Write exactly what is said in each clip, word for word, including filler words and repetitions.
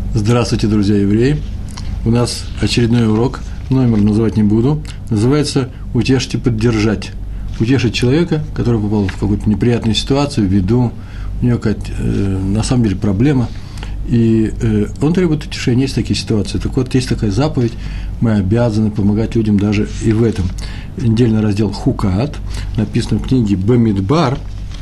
Здравствуйте, друзья евреи! У нас очередной урок, номер называть не буду, называется «Утешить и поддержать». Утешить человека, который попал в какую-то неприятную ситуацию, в беду, у него какая-то, э, на самом деле, проблема, и э, он требует утешения. Есть такие ситуации. Так вот, есть такая заповедь, мы обязаны помогать людям даже и в этом. Недельный раздел «Хукат», написан в книге «Бамидбар»,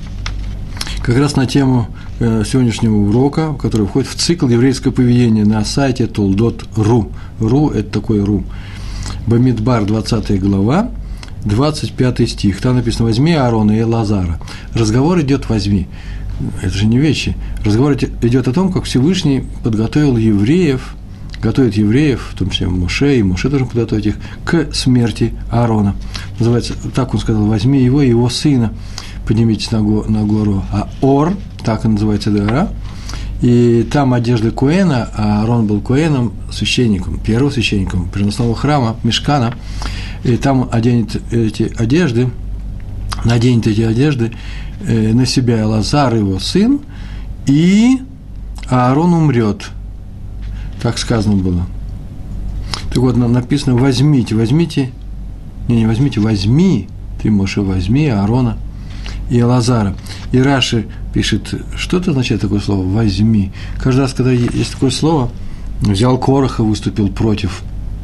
как раз на тему сегодняшнего урока, который входит в цикл еврейского поведения на сайте толдот точка ру. Ру – это такой ру. Бамидбар, двадцатая глава, двадцать пятый стих. Там написано «Возьми Аарона и Элазара». Разговор идет «возьми». Это же не вещи. Разговор идет о том, как Всевышний подготовил евреев, готовит евреев, в том числе Моше, и Моше должен подготовить их к смерти Аарона. Называется, так он сказал: «Возьми его и его сына, поднимитесь на, го, на гору а Ор», так и называется эта гора, и там одежда Коэна, а Аарон был Коэном, священником, первым священником переносного храма, Мишкана, и там оденет эти одежды, наденет эти одежды э, на себя Элазар, его сын, и Аарон умрет. Так сказано было. Так вот, написано: возьмите, возьмите, не, не возьмите, возьми, ты, Моше, возьми Аарона и Элазара. И Раши пишет, что это означает такое слово «возьми». Каждый раз, когда есть такое слово, взял Короха, выступил против,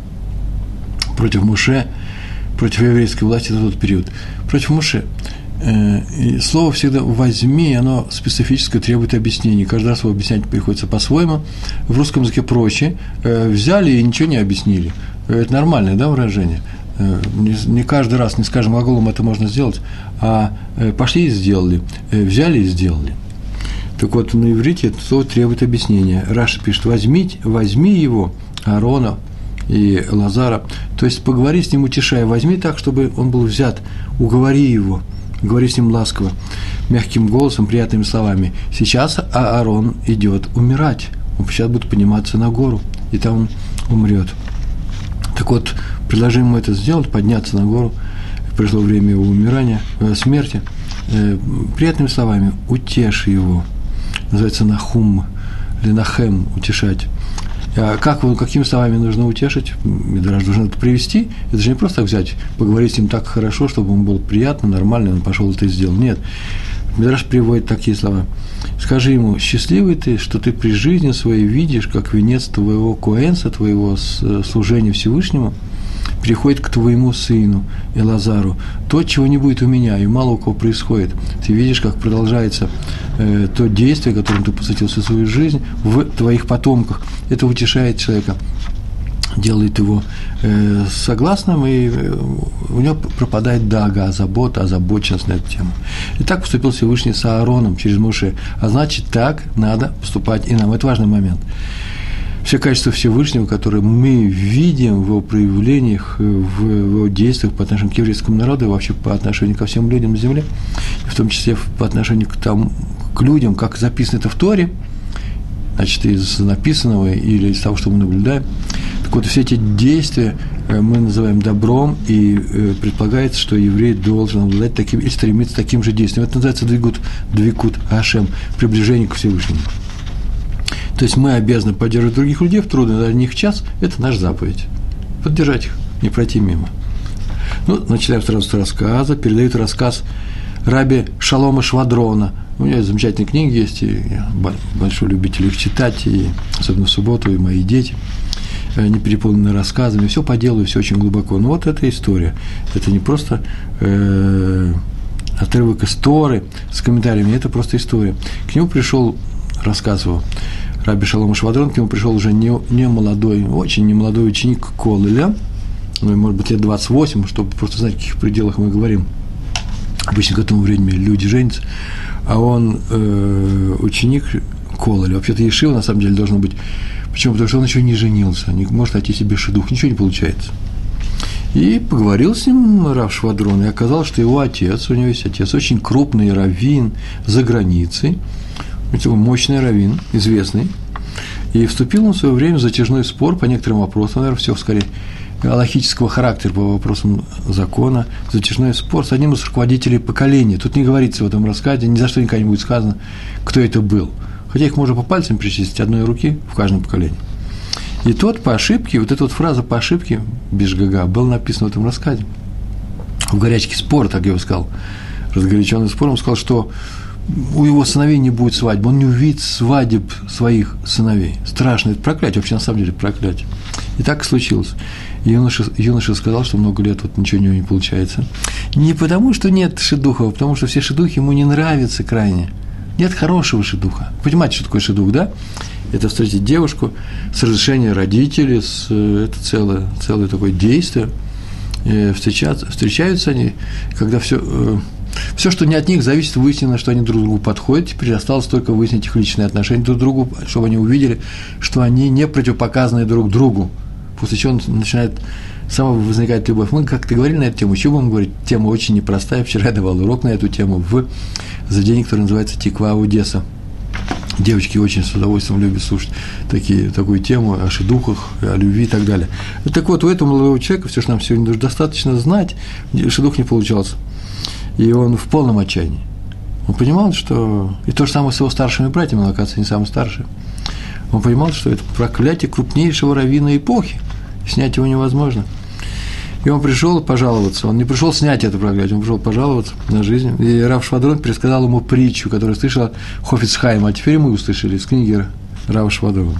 против Моше, против еврейской власти в тот период, против Моше. И слово всегда «возьми», оно специфическое, требует объяснений. Каждый раз его объяснять приходится по-своему. В русском языке проще. Взяли и ничего не объяснили. Это нормальное, да, выражение? Не каждый раз, не с каждым глаголом это можно сделать, а пошли и сделали, взяли и сделали. Так вот, на иврите это слово требует объяснения. Раши пишет: возьмите, возьми его, Аарона и Лазара, то есть поговори с ним, утешая, возьми так, чтобы он был взят, уговори его, говори с ним ласково, мягким голосом, приятными словами. Сейчас Аарон идет умирать, он сейчас будет подниматься на гору, и там он умрет. Так вот, предложи ему это сделать, подняться на гору, пришло время его умирания, э, смерти, э, приятными словами, утеши его, называется нахум, или нахем, утешать. А как, какими словами нужно утешить? Мидраш должен это привести, это же не просто так взять, поговорить с ним так хорошо, чтобы ему было приятно, нормально, он пошел это и сделал. Нет, Мидраш приводит такие слова: скажи ему: счастливый ты, что ты при жизни своей видишь, как венец твоего коэнса, твоего служения Всевышнему, переходит к твоему сыну Элазару. То, чего не будет у меня, и мало у кого происходит. Ты видишь, как продолжается э, то действие, которым ты посвятил всю свою жизнь, в твоих потомках. Это утешает человека, делает его э, согласным, и э, у него пропадает дага, забота, озабоченность на эту тему. И так поступил Всевышний с Аароном через Моше. А значит, так надо поступать и нам. Это важный момент. Все качества Всевышнего, которые мы видим в его проявлениях, в его действиях по отношению к еврейскому народу и вообще по отношению ко всем людям на земле, в том числе по отношению к, там, к людям, как записано это в Торе, значит, из написанного или из того, что мы наблюдаем. Так вот, все эти действия мы называем добром, и предполагается, что еврей должен обладать таким и стремиться к таким же действиям. Это называется двигут, двикут ашем, приближение к Всевышнему. То есть мы обязаны поддерживать других людей в трудный для них час, это наша заповедь. Поддержать их, не пройти мимо. Ну, начинаем сразу с рассказа. Передают рассказ раби Шалома Швадрона. У меня замечательные книги есть, и я большой любитель их читать, и особенно в субботу, и мои дети. Они переполнены рассказами, все по делу, все очень глубоко. Но вот эта история. Это не просто э, отрывок из Торы с комментариями, это просто история. К нему пришел, рассказывал раби Шалом Швадрон, к нему пришел уже не, не молодой, очень не молодой ученик Колеля, ну, может быть, лет двадцать восемь, чтобы просто знать, в каких пределах мы говорим. Обычно к этому времени люди женятся, а он э, ученик Колеля. Вообще-то ешива, на самом деле, должен быть. Почему? Потому что он еще не женился, не может найти себе шидух, ничего не получается. И поговорил с ним рав Швадрон, и оказалось, что его отец, у него есть отец, очень крупный раввин за границей, такой мощный раввин, известный, и вступил он в свое время в затяжной спор по некоторым вопросам, наверное, все скорее алахического характера, по вопросам закона, затяжной спор с одним из руководителей поколения. Тут не говорится в этом рассказе, ни за что никогда не будет сказано, кто это был. хотя их можно по пальцам перечислить, одной руки в каждом поколении. И тот по ошибке, вот эта вот фраза по ошибке, Бишгага, была написана в этом рассказе. В горячке спора, так я его сказал, разгоряченный спор, он сказал, что у его сыновей не будет свадьбы, он не увидит свадеб своих сыновей. Страшно, это проклятие, вообще на самом деле проклятие. И так и случилось. И юноша, юноша сказал, что много лет вот ничего у него не получается. Не потому, что нет шидухов, а потому, что все шидухи ему не нравятся крайне. Нет хорошего шидуха. Понимаете, что такое шидух, да? Это встретить девушку с разрешения родителей, с, это целое, целое такое действие. Встречаются, встречаются они, когда все, все, что не от них зависит, выяснено, что они друг другу подходят. Теперь осталось только выяснить их личные отношения друг к другу, чтобы они увидели, что они не противопоказаны друг другу. После чего начинает сама возникает любовь. Мы как-то говорили на эту тему, еще будем говорить, тема очень непростая. Вчера я давал урок на эту тему в заведении, которое называется «Тиква Одесса». Девочки очень с удовольствием любят слушать такие, такую тему о шидухах, о любви и так далее. Так вот, у этого молодого человека, все, что нам сегодня нужно достаточно знать, шидух не получался. И он в полном отчаянии. Он понимал, что… И то же самое с его старшими братьями, он, оказывается, не самый старший. Он понимал, что это проклятие крупнейшего раввина эпохи. Снять его невозможно. И он пришел пожаловаться. Он не пришел снять это проклятие, он пришел пожаловаться на жизнь. И Рав Швадрон пересказал ему притчу, которую слышал Хофец Хаим, а теперь мы услышали из книги Рава Швадрона.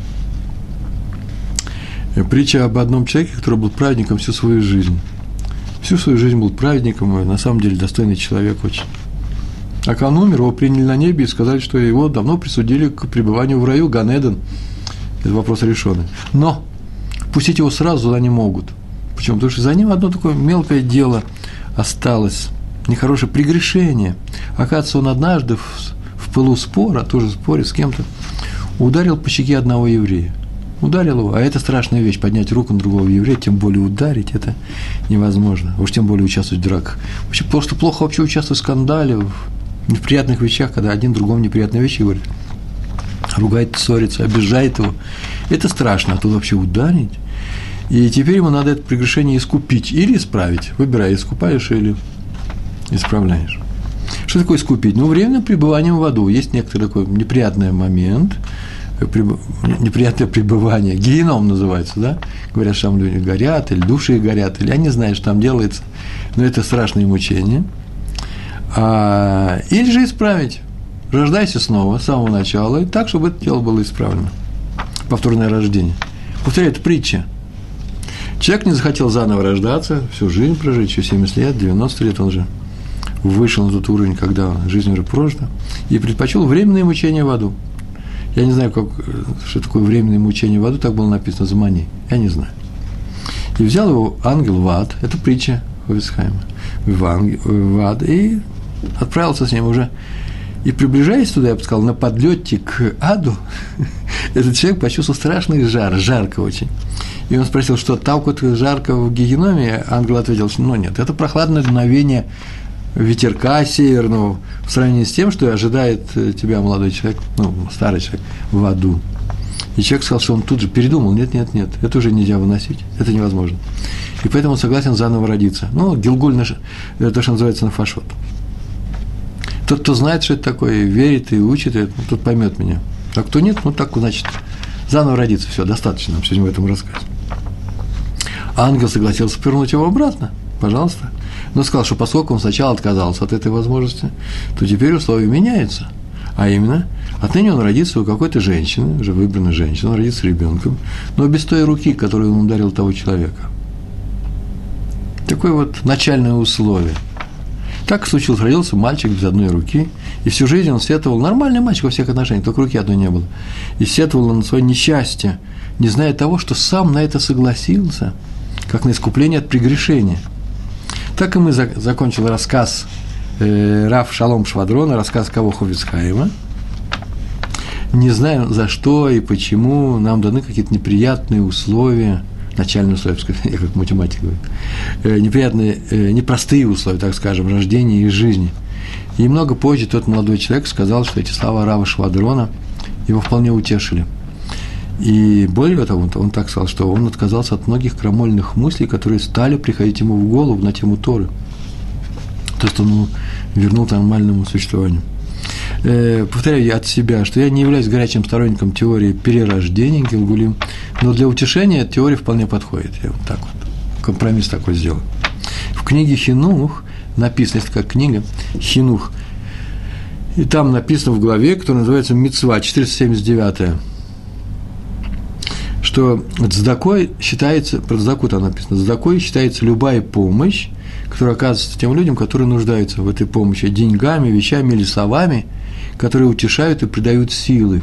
Притча об одном человеке, который был праведником всю свою жизнь. Всю свою жизнь был праведником, и на самом деле достойный человек очень. А когда он умер, его приняли на небе и сказали, что его давно присудили к пребыванию в раю, Ган-Эден. Это вопрос решенный. Но пустить его сразу туда не могут. Почему? Потому что за ним одно такое мелкое дело осталось, нехорошее прегрешение. Оказывается, он однажды в, в пылу спора, тоже в споре с кем-то, ударил по щеке одного еврея. Ударил его, а это страшная вещь, поднять руку на другого еврея, тем более ударить, это невозможно. Уж тем более участвовать в драках. Вообще, просто плохо вообще участвовать в скандале, в неприятных вещах, когда один другому неприятные вещи говорит, ругает, ссорится, обижает его. Это страшно, а тут вообще ударить. И теперь ему надо это прегрешение искупить или исправить. Выбирай, искупаешь или исправляешь. Что такое искупить? Ну, временное пребывание в аду. Есть некоторый такой неприятный момент, неприятное пребывание. Геном называется, да? Говорят, что там люди горят, или души горят, или я не знаю, что там делается, но это страшные мучения. А, или же исправить. Рождайся снова, с самого начала, и так, чтобы это дело было исправлено. Повторное рождение. Повторяю, это притча. Человек не захотел заново рождаться, всю жизнь прожить, еще семьдесят лет, девяносто лет, он уже вышел на тот уровень, когда жизнь уже прожита, и предпочел временные мучения в аду. Я не знаю, как, что такое временные мучения в аду, так было написано, замани, я не знаю. И взял его ангел в ад, это притча Хофец Хаима, в ад, и отправился с ним уже. И приближаясь туда, я бы сказал, на подлете к аду, этот человек почувствовал страшный жар, жарко очень. И он спросил, что так вот жарко в гегеноме, ангел ответил, что ну нет, это прохладное дуновение ветерка северного в сравнении с тем, что ожидает тебя молодой человек, ну, старый человек, в аду. И человек сказал, что он тут же передумал, нет, нет, нет, это уже нельзя выносить, это невозможно. И поэтому он согласен заново родиться. Ну, Гилгуль, это то, что называется нафашот. Тот, кто знает, что это такое, верит и учит, тот поймет меня. А кто нет, ну так, значит, заново родиться, все, достаточно нам сегодня в этом рассказе. Ангел согласился повернуть его обратно, пожалуйста, но сказал, что поскольку он сначала отказался от этой возможности, то теперь условия меняются, а именно, отныне он родится у какой-то женщины, уже выбранной женщины, он родится ребенком, но без той руки, которую он ударил того человека. Такое вот начальное условие. Так случилось, родился мальчик без одной руки, и всю жизнь он сетовал, нормальный мальчик во всех отношениях, только руки одной не было, и сетовал на свое несчастье, не зная того, что сам на это согласился, как на искупление от прегрешения. Так и мы закончили рассказ э, Рав Шалом Швадрона, рассказ кого Хофец Хаима. Не знаю, за что и почему нам даны какие-то неприятные условия, начальные условия, я как математик говорю, э, неприятные, э, непростые условия, так скажем, рождения и жизни. И много позже тот молодой человек сказал, что эти слова Рава Швадрона его вполне утешили. И более того, он так сказал, что он отказался от многих крамольных мыслей, которые стали приходить ему в голову на тему Торы. То, что он вернул к нормальному существованию. э, повторяю от себя, что я не являюсь горячим сторонником теории перерождения, Гилгулим, но для утешения эта теория вполне подходит. Я вот так вот, компромисс такой сделал. В книге Хинух написано, есть такая книга, Хинух, и там написано в главе, которая называется Мицва, четыреста семьдесят девятая, что цдакой считается, про цдаку там написано, цдакой считается любая помощь, которая оказывается тем людям, которые нуждаются в этой помощи деньгами, вещами или словами, которые утешают и придают силы.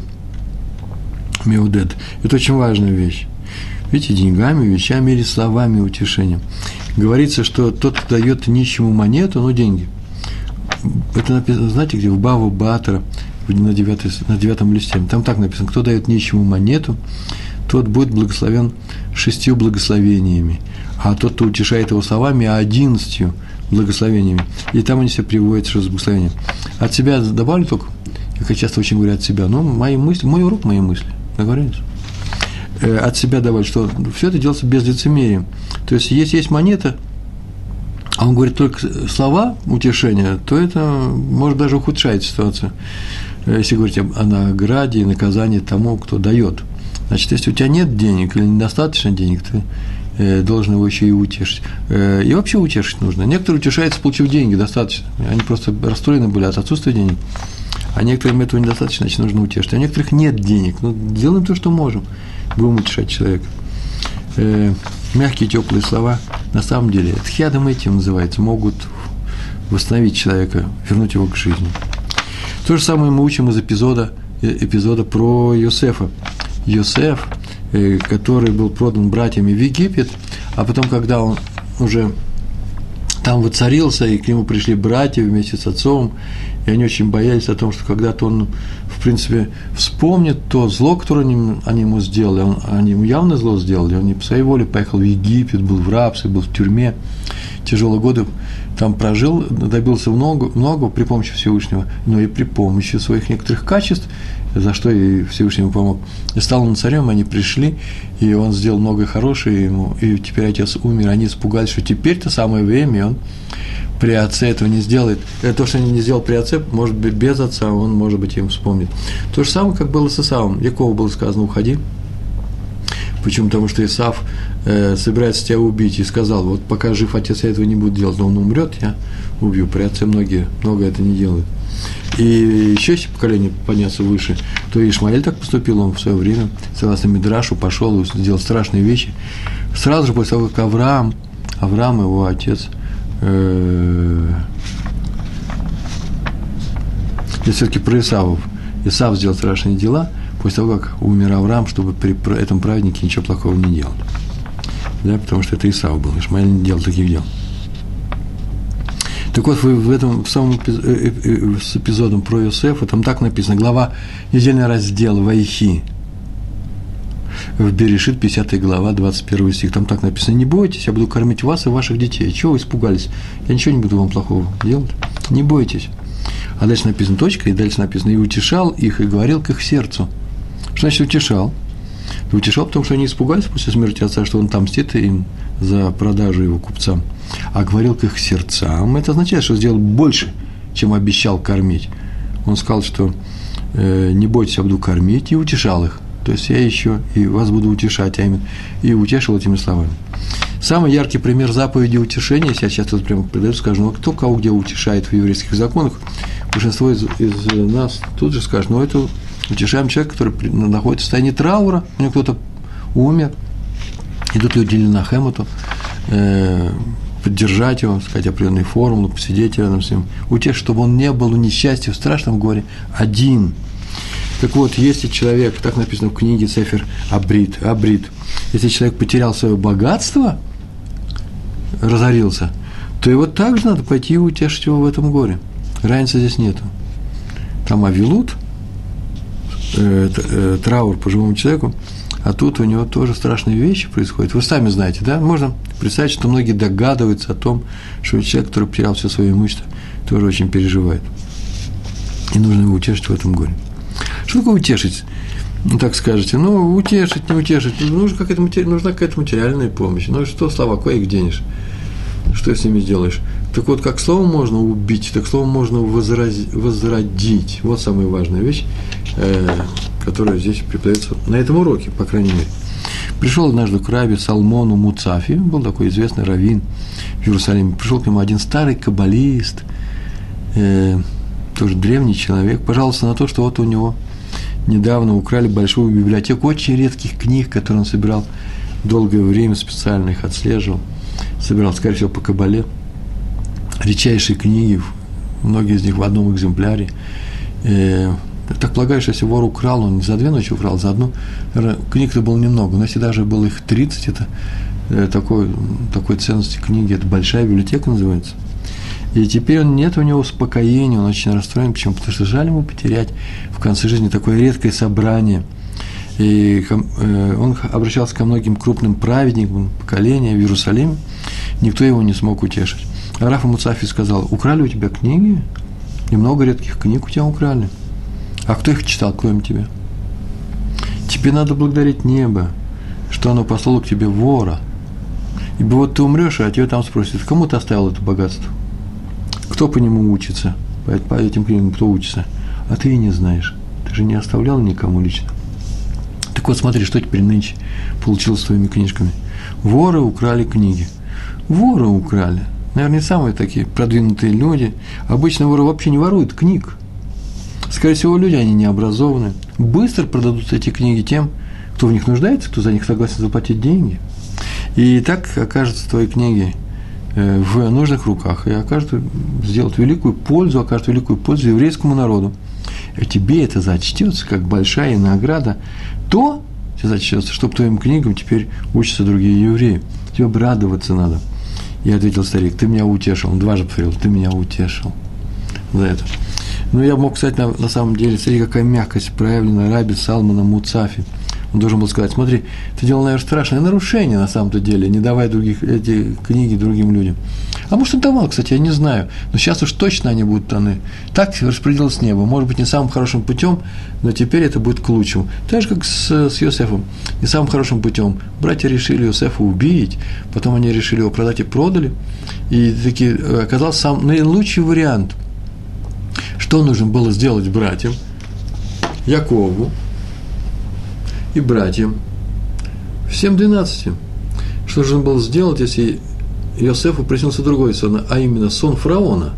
Меудет. Это очень важная вещь. Видите, деньгами, вещами или словами утешения. Говорится, что тот, кто дает нищему монету, ну, деньги. Это написано, знаете, где? В Бава Батра, на, девятый, на девятом листе. Там так написано, кто дает нищему монету, тот будет благословен шестью благословениями, а тот, кто утешает его словами, одиннадцатью благословениями. И там они все приводят, что за благословение. От себя добавлю только, как я часто очень говорю от себя, ну, мои мысли, мой урок, мои мысли, договорились? От себя добавлю, что все это делается без лицемерия. То есть, если есть монета, а он говорит только слова утешения, то это может даже ухудшать ситуацию. Если говорить о награде и наказании тому, кто дает. Значит, если у тебя нет денег или недостаточно денег, ты э, должен его еще и утешить. Э, и вообще утешить нужно. Некоторые утешаются, получив деньги, достаточно. Они просто расстроены были от отсутствия денег. А некоторым этого недостаточно, значит, нужно утешить. А у некоторых нет денег. Ну, делаем то, что можем. Будем утешать человека. Э, мягкие, теплые слова, на самом деле, тхьядом этим называется, могут восстановить человека, вернуть его к жизни. То же самое мы учим из эпизода, эпизода про Йосефа. Йосеф, который был продан братьями в Египет, а потом, когда он уже там воцарился, и к нему пришли братья вместе с отцом, и они очень боялись о том, что когда-то он, в принципе, вспомнит то зло, которое они, они ему сделали, он, они ему явно зло сделали, он не по своей воле поехал в Египет, был в рабстве, был в тюрьме, тяжелые годы там прожил, добился много, много при помощи Всевышнего, но и при помощи своих некоторых качеств, за что и Всевышний ему помог. И стал он царем, они пришли, и он сделал многое хорошее ему, и теперь отец умер, они испугались, что теперь-то самое время, и он при отце этого не сделает. Это то, что он не сделал при отце, может быть, без отца, он, может быть, им вспомнит. То же самое, как было с Исавом. Якову было сказано, уходи. Почему? Потому что Исав э, собирается тебя убить, и сказал, вот пока жив отец, я этого не буду делать, но он умрет, я убью. При отце многие, много это не делают. И еще если поколение подняться выше, то и Ишмаэль так поступил, он в свое время, согласно Мидрашу, пошел и сделал страшные вещи. Сразу же после того, как Авраам, Авраам, его отец, э, я все-таки про Исавов, Исав сделал страшные дела, после того, как умер Авраам, чтобы при этом праведнике ничего плохого не делать. Да, потому что это Исав был, Ишмаэль не делал таких дел. Так вот, в этом в самом эпизоде, с эпизодом про Йосефа, там так написано, глава, недельный раздел Ваихи, в Берешит, пятидесятая глава, двадцать первый стих, там так написано, не бойтесь, я буду кормить вас и ваших детей. Чего вы испугались? Я ничего не буду вам плохого делать. Не бойтесь. А дальше написано точка, и дальше написано, и утешал их, и говорил к их сердцу. Что значит утешал? Утешал, потому что они испугались после смерти отца, что он там мстит им за продажу его купцам. А говорил к их сердцам, это означает, что сделал больше, чем обещал кормить. Он сказал, что э, не бойтесь, я буду кормить, и утешал их. То есть я еще и вас буду утешать, а именно, и утешил этими словами. Самый яркий пример заповеди утешения, если я сейчас тут прямо придаю, скажу, ну кто кого где утешает в еврейских законах, большинство из, из нас тут же скажет, ну это утешаем человека, который находится в состоянии траура, у него кто-то умер, идут люди на Хемуту, э, поддержать его, сказать определенные формулы, посидеть рядом с ним, утешить, чтобы он не был в несчастье, в страшном горе один. Так вот, если человек, так написано в книге Сефер Абрит, Абрит, если человек потерял свое богатство, разорился, то его также надо пойти и утешить его в этом горе. Разницы здесь нету. Там авилут, э, э, траур по живому человеку, а тут у него тоже страшные вещи происходят. Вы сами знаете, да? Можно представить, что многие догадываются о том, что человек, который потерял все свое имущество, тоже очень переживает. И нужно его утешить в этом горе. Что такое утешить? Ну, так скажете, ну, утешить, не утешить, нужна какая-то, нужна какая-то материальная помощь. Ну, что слова, кое их денешь? Что с ними сделаешь? Так вот, как слово можно убить, так слово можно возрази, возродить. Вот самая важная вещь, э, которая здесь преподается на этом уроке, по крайней мере. Пришел однажды к рабби Салмону Муцафи, был такой известный раввин в Иерусалиме. Пришел к нему один старый каббалист, э, тоже древний человек, пожаловался на то, что вот у него недавно украли большую библиотеку очень редких книг, которые он собирал долгое время, специально их отслеживал, собирал, скорее всего, по каббале. Редчайшие книги, многие из них в одном экземпляре. Э, так полагаю, что если вор украл, он не за две ночи украл, за одну. Книг-то было немного, но если даже было их тридцать, это э, такой, такой ценности книги, это большая библиотека называется. И теперь он, нет у него успокоения, он очень расстроен. Почему? Потому что жаль ему потерять в конце жизни такое редкое собрание. И э, он обращался ко многим крупным праведникам поколения в Иерусалиме, никто его не смог утешить. А Раф Муцафи сказал: украли у тебя книги? Немного редких книг у тебя украли. А кто их читал, кроме тебя? Тебе надо благодарить небо, что оно послало к тебе вора. Ибо вот ты умрешь, а тебя там спросят: кому ты оставил это богатство? Кто по нему учится? По, по этим книгам кто учится? А ты и не знаешь. Ты же не оставлял никому лично. Так вот, смотри, что теперь нынче получилось с твоими книжками. Воры украли книги. Воры украли. Наверное, не самые такие продвинутые люди. Обычно воры вообще не воруют книг. Скорее всего, люди, они необразованные. Быстро продадут эти книги тем, кто в них нуждается, кто за них согласен заплатить деньги. И так окажутся твои книги в нужных руках и окажут, сделают великую пользу, окажут великую пользу еврейскому народу. И тебе это зачтется, как большая награда, то тебе зачтется, что по твоим книгам теперь учатся другие евреи. Тебе бы радоваться надо. Я ответил: старик, ты меня утешил. Он дважды повторил: ты меня утешил за это. Ну, я мог сказать, на, на самом деле, смотри, какая мягкость проявлена рабби Салмона Муцафи. Он должен был сказать: смотри, ты делал, наверное, страшное нарушение на самом-то деле, не давая других, эти книги другим людям. А может, он давал, кстати, я не знаю. Но сейчас уж точно они будут даны. Так распределилось небо. Может быть, не самым хорошим путем, но теперь это будет к лучшему. Так же, как с, с Йосефом. Не самым хорошим путем. Братья решили Йосефа убить, потом они решили его продать и продали. И таки оказался сам наилучший вариант. Что нужно было сделать братьям? Якову и братьям, всем двенадцати. Что нужно было сделать, если Йосефу приснился другой сон, а именно сон фараона?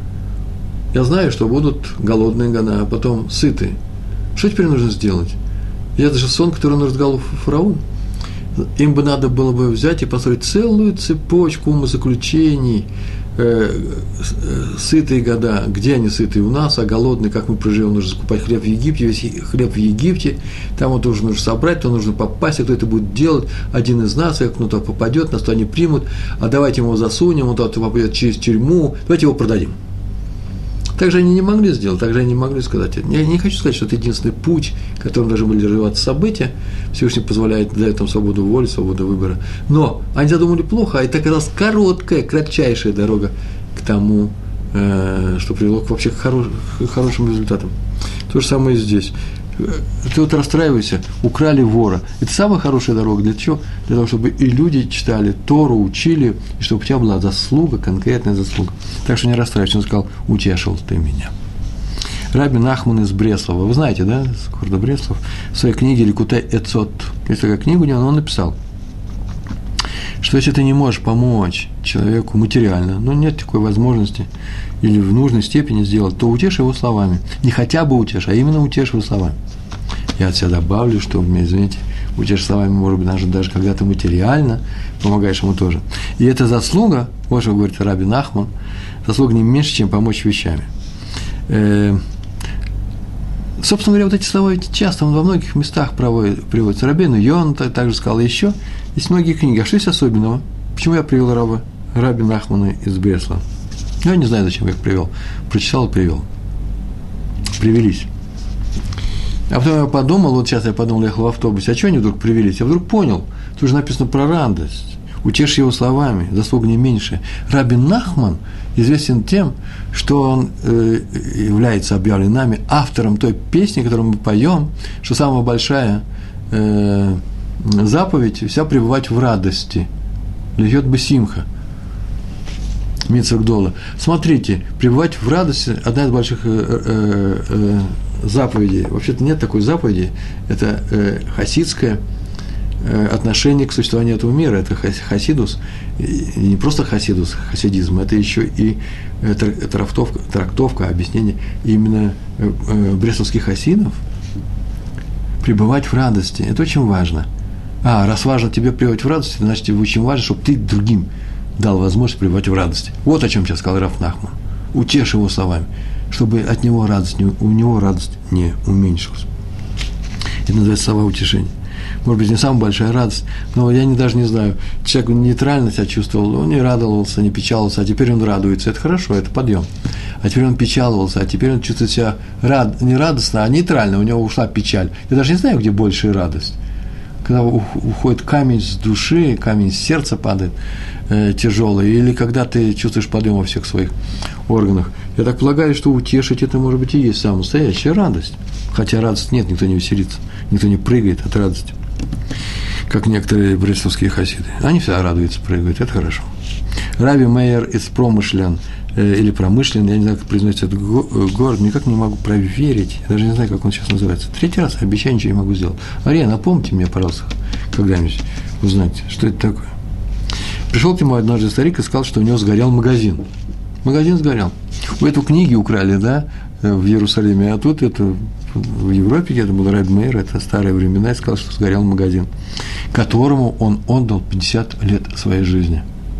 Я знаю, что будут голодные года, а потом сытые. Что теперь нужно сделать? И это же сон, который он разгадал фараон. Им бы надо было бы взять и построить целую цепочку умозаключений. Э, сытые года, где они сытые у нас, а голодные, как мы проживем, нужно закупать хлеб в Египте, весь хлеб в Египте, там вот тоже нужно собрать, то нужно попасть, а кто это будет делать, один из нас, как кто-то попадет, нас то они примут, а давайте мы его засунем, он тот попадет через тюрьму, давайте его продадим. Так же они не могли сделать, так же они не могли сказать. Я не хочу сказать, что это единственный путь, которым должны были развиваться события. Всевышний позволяет, дает там свободу воли, свободу выбора. Но они задумали плохо, а это оказалась короткая, кратчайшая дорога к тому, что привело к вообще к хорошим результатам. То же самое и здесь. Ты вот расстраивайся, украли вора. Это самая хорошая дорога. Для чего? Для того, чтобы и люди читали Тору, учили, и чтобы у тебя была заслуга, конкретная заслуга. Так что не расстраивайся. Он сказал: утешил ты меня. Рабби Нахман из Бреслова. Вы знаете, да, с города Бреслов, в своей книге «Ликутей Эцот». Есть такая книга у него, он написал, что если ты не можешь помочь человеку материально, но нет такой возможности или в нужной степени сделать, то утешь его словами. Не хотя бы утешь, а именно утешь его словами. Я от себя добавлю, что, мне, извините, утешь словами, может быть, даже, даже когда ты материально помогаешь ему тоже. И эта заслуга, вот что говорит рабби Нахман, заслуга не меньше, чем помочь вещами. Э, собственно говоря, вот эти слова ведь часто он во многих местах проводит, приводится. Рабейну Йона также сказал, еще есть многие книги. А что есть особенного? Почему я привел раба, рабби Нахмана из Бреслова? Я не знаю, зачем я их привел. Прочитал и привел. Привелись. А потом я подумал, вот сейчас я подумал, ехал в автобусе, а что они вдруг привелись? Я вдруг понял, тут же написано про радость. Утешь его словами, заслуга не меньше. Рабби Нахман известен тем, что он э, является, объявлен нами, автором той песни, которую мы поем, что самая большая э, заповедь – вся пребывать в радости. Льет бы симха. Мицва гдола. Смотрите, пребывать в радости – одна из больших э, э, э, заповедей. Вообще-то нет такой заповеди. Это э, хасидское э, отношение к существованию этого мира. Это хасидус. И не просто хасидус, хасидизм, это еще и э, трактовка, трактовка, объяснение именно э, э, брестовских хасидов. Пребывать в радости – это очень важно. А, раз важно тебе пребывать в радости, значит, тебе очень важно, чтобы ты другим дал возможность пребывать в радости. Вот о чем сейчас сказал Рав Нахман. Утешь его словами, чтобы от него радость, у него радость не уменьшилась. Это называется слова утешения. Может быть, не самая большая радость, но я не, даже не знаю, человек нейтрально себя чувствовал, он не радовался, не печаловался, а теперь он радуется. Это хорошо, это подъем. А теперь он печаловался, а теперь он чувствует себя рад, не радостно, а нейтрально, у него ушла печаль. Я даже не знаю, где большая радость. Когда уходит камень с души, камень с сердца падает э, тяжелый, или когда ты чувствуешь подъем во всех своих органах. Я так полагаю, что утешить это, может быть, и есть самая настоящая радость. Хотя радости нет, никто не веселится, никто не прыгает от радости, как некоторые брестовские хасиды. Они всегда радуются, прыгают, это хорошо. Раби Мейер из Промышлен, э, или Промышлен, я не знаю, как произносится этот го- город, никак не могу проверить, я даже не знаю, как он сейчас называется. Третий раз обещаю, ничего не могу сделать. Ария, напомните мне, пожалуйста, когда-нибудь узнать, что это такое. Пришел к нему однажды старик и сказал, что у него сгорел магазин. Магазин сгорел. У эту книги украли, да, в Иерусалиме, а тут это в Европе, это был Раби Мейер, это старые времена, и сказал, что сгорел магазин, которому он отдал пятьдесят лет своей жизни.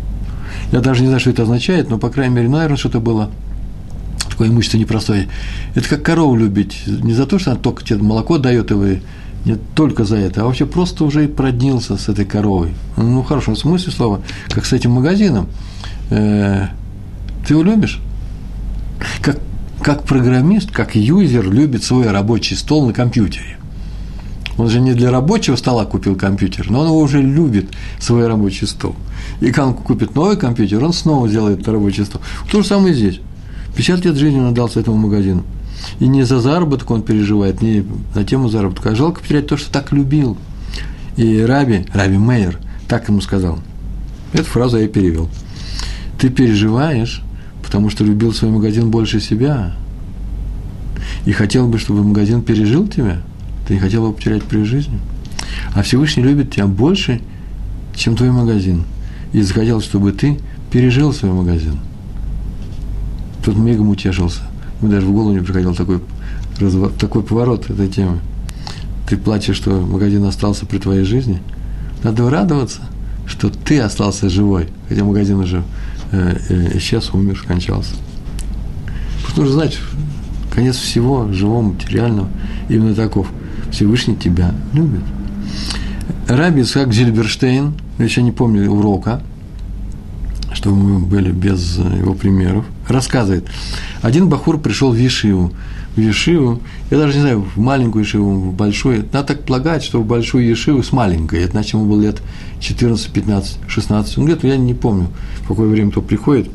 Я даже не знаю, что это означает, но, по крайней мере, наверное, что-то было такое имущество непростое. Это как корову любить. Не за то, что она только тебе молоко дает, и вы не только за это, а вообще просто уже и проднился с этой коровой. Ну, в хорошем смысле слова, как с этим магазином. Э, ты его любишь? Как, как программист, как юзер любит свой рабочий стол на компьютере. Он же не для рабочего стола купил компьютер, но он его уже любит, свой рабочий стол. И когда он купит новый компьютер, он снова сделает рабочий стол. То же самое здесь. пятьдесят лет жизни он отдался этому магазину. И не за заработок он переживает, не на тему заработка, а жалко потерять то, что так любил. И Раби, Раби Мейер так ему сказал. Эту фразу я и перевел. Ты переживаешь, потому что любил свой магазин больше себя. И хотел бы, чтобы магазин пережил тебя. Ты не хотел его потерять при жизни. А Всевышний любит тебя больше, чем твой магазин. И захотел, чтобы ты пережил свой магазин. Тут мигом утешился. Ему даже в голову не приходил такой, такой поворот этой темы. Ты плачешь, что магазин остался при твоей жизни. Надо радоваться, что ты остался живой, хотя магазин уже э, э, исчез, умер, скончался. Потому что нужно знать, конец всего живого, материального именно таков. Всевышний тебя любит. Раби Ицхак Зильберштейн, я еще не помню урока, чтобы мы были без его примеров, рассказывает. Один бахур пришел в ешиву. В ешиву, я даже не знаю, в маленькую ешиву, в большую. Надо так полагать, что в большую ешиву с маленькой. Это значит, ему было лет четырнадцать, пятнадцать, шестнадцать. Он где-то, я не помню, в какое время кто приходит.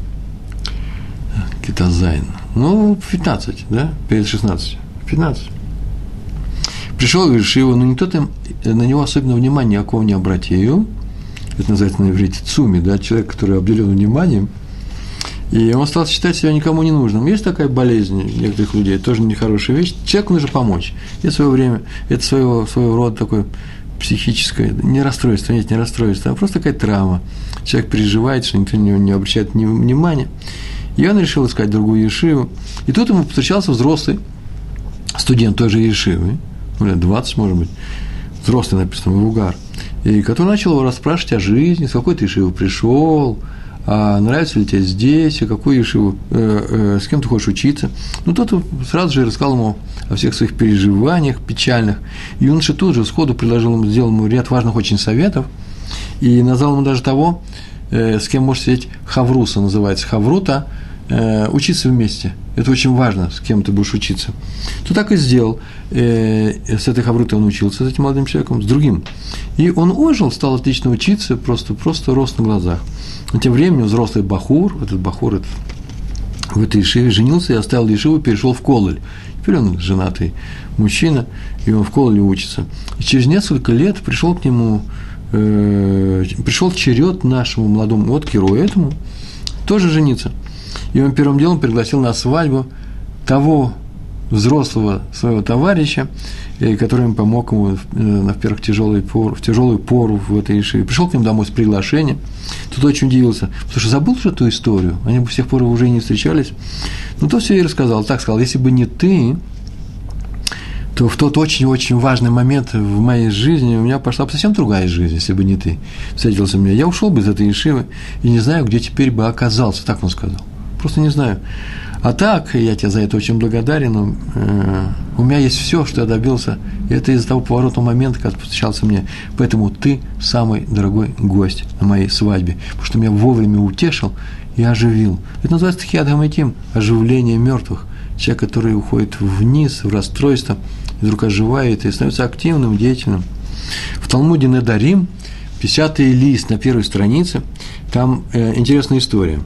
Китазайн. Ну, в пятнадцать, да? Перед шестнадцатью. пятнадцать. Пришел в ешиву, но никто там на него особенного внимания никакого не обратил. Это называется на иврите цуми, да, человек, который обделен вниманием. И он стал считать себя никому не нужным. Есть такая болезнь некоторых людей, тоже нехорошая вещь. Человеку нужно помочь. Это свое время, это своего, своего рода такое психическое, не расстройство, нет, не расстройство, а просто такая травма. Человек переживает, что никто на него не обращает внимания. И он решил искать другую ешиву. И тут ему встречался взрослый студент той же ешивы, ну, лет двадцать, может быть, взрослый написано, Вугар, и который начал его расспрашивать о жизни, с какой ты ешивы пришел, а нравится ли тебе здесь, а какую ешиву, э, э, с кем ты хочешь учиться. Ну, тот сразу же рассказал ему о всех своих переживаниях печальных, и он же тут же сходу предложил ему, сделал ему ряд важных очень советов, и назвал ему даже того, э, с кем может сидеть хавруса, называется хаврута, э, учиться вместе. Это очень важно, с кем ты будешь учиться. То так и сделал. Э, с этой хаврутой он учился, с этим молодым человеком, с другим. И он ожил, стал отлично учиться, просто, просто рос на глазах. Но тем временем взрослый бахур, этот бахур этот, в этой ешиве женился и оставил ешиву, перешел в колель. Теперь он женатый мужчина, и он в колеле учится. И через несколько лет пришел к нему, э, пришел черед нашему молодому откеру этому, тоже жениться. И он первым делом пригласил на свадьбу того взрослого своего товарища, который им помог ему, во-первых, в тяжелую пору, в тяжелую пору в этой ишиве. Пришел к ним домой с приглашением. Тут очень удивился, потому что забыл же эту историю. Они бы с тех пор уже и не встречались. Но то все и рассказал. Так сказал, если бы не ты, то в тот очень-очень важный момент в моей жизни у меня пошла бы совсем другая жизнь, если бы не ты встретился мне. Я ушел бы из этой ишивы и не знаю, где теперь бы оказался. Так он сказал. Просто не знаю. А так, я тебе за это очень благодарен, но, э, у меня есть все, что я добился, и это из-за того поворотного момента, когда встречался мне. Поэтому ты самый дорогой гость на моей свадьбе, потому что меня вовремя утешил и оживил. Это называется тхиат гамитим, оживление мертвых. Человек, который уходит вниз, в расстройство, и вдруг оживает и становится активным, деятельным. В Талмуде Недарим, пятидесятый лист на первой странице, там э, интересная история.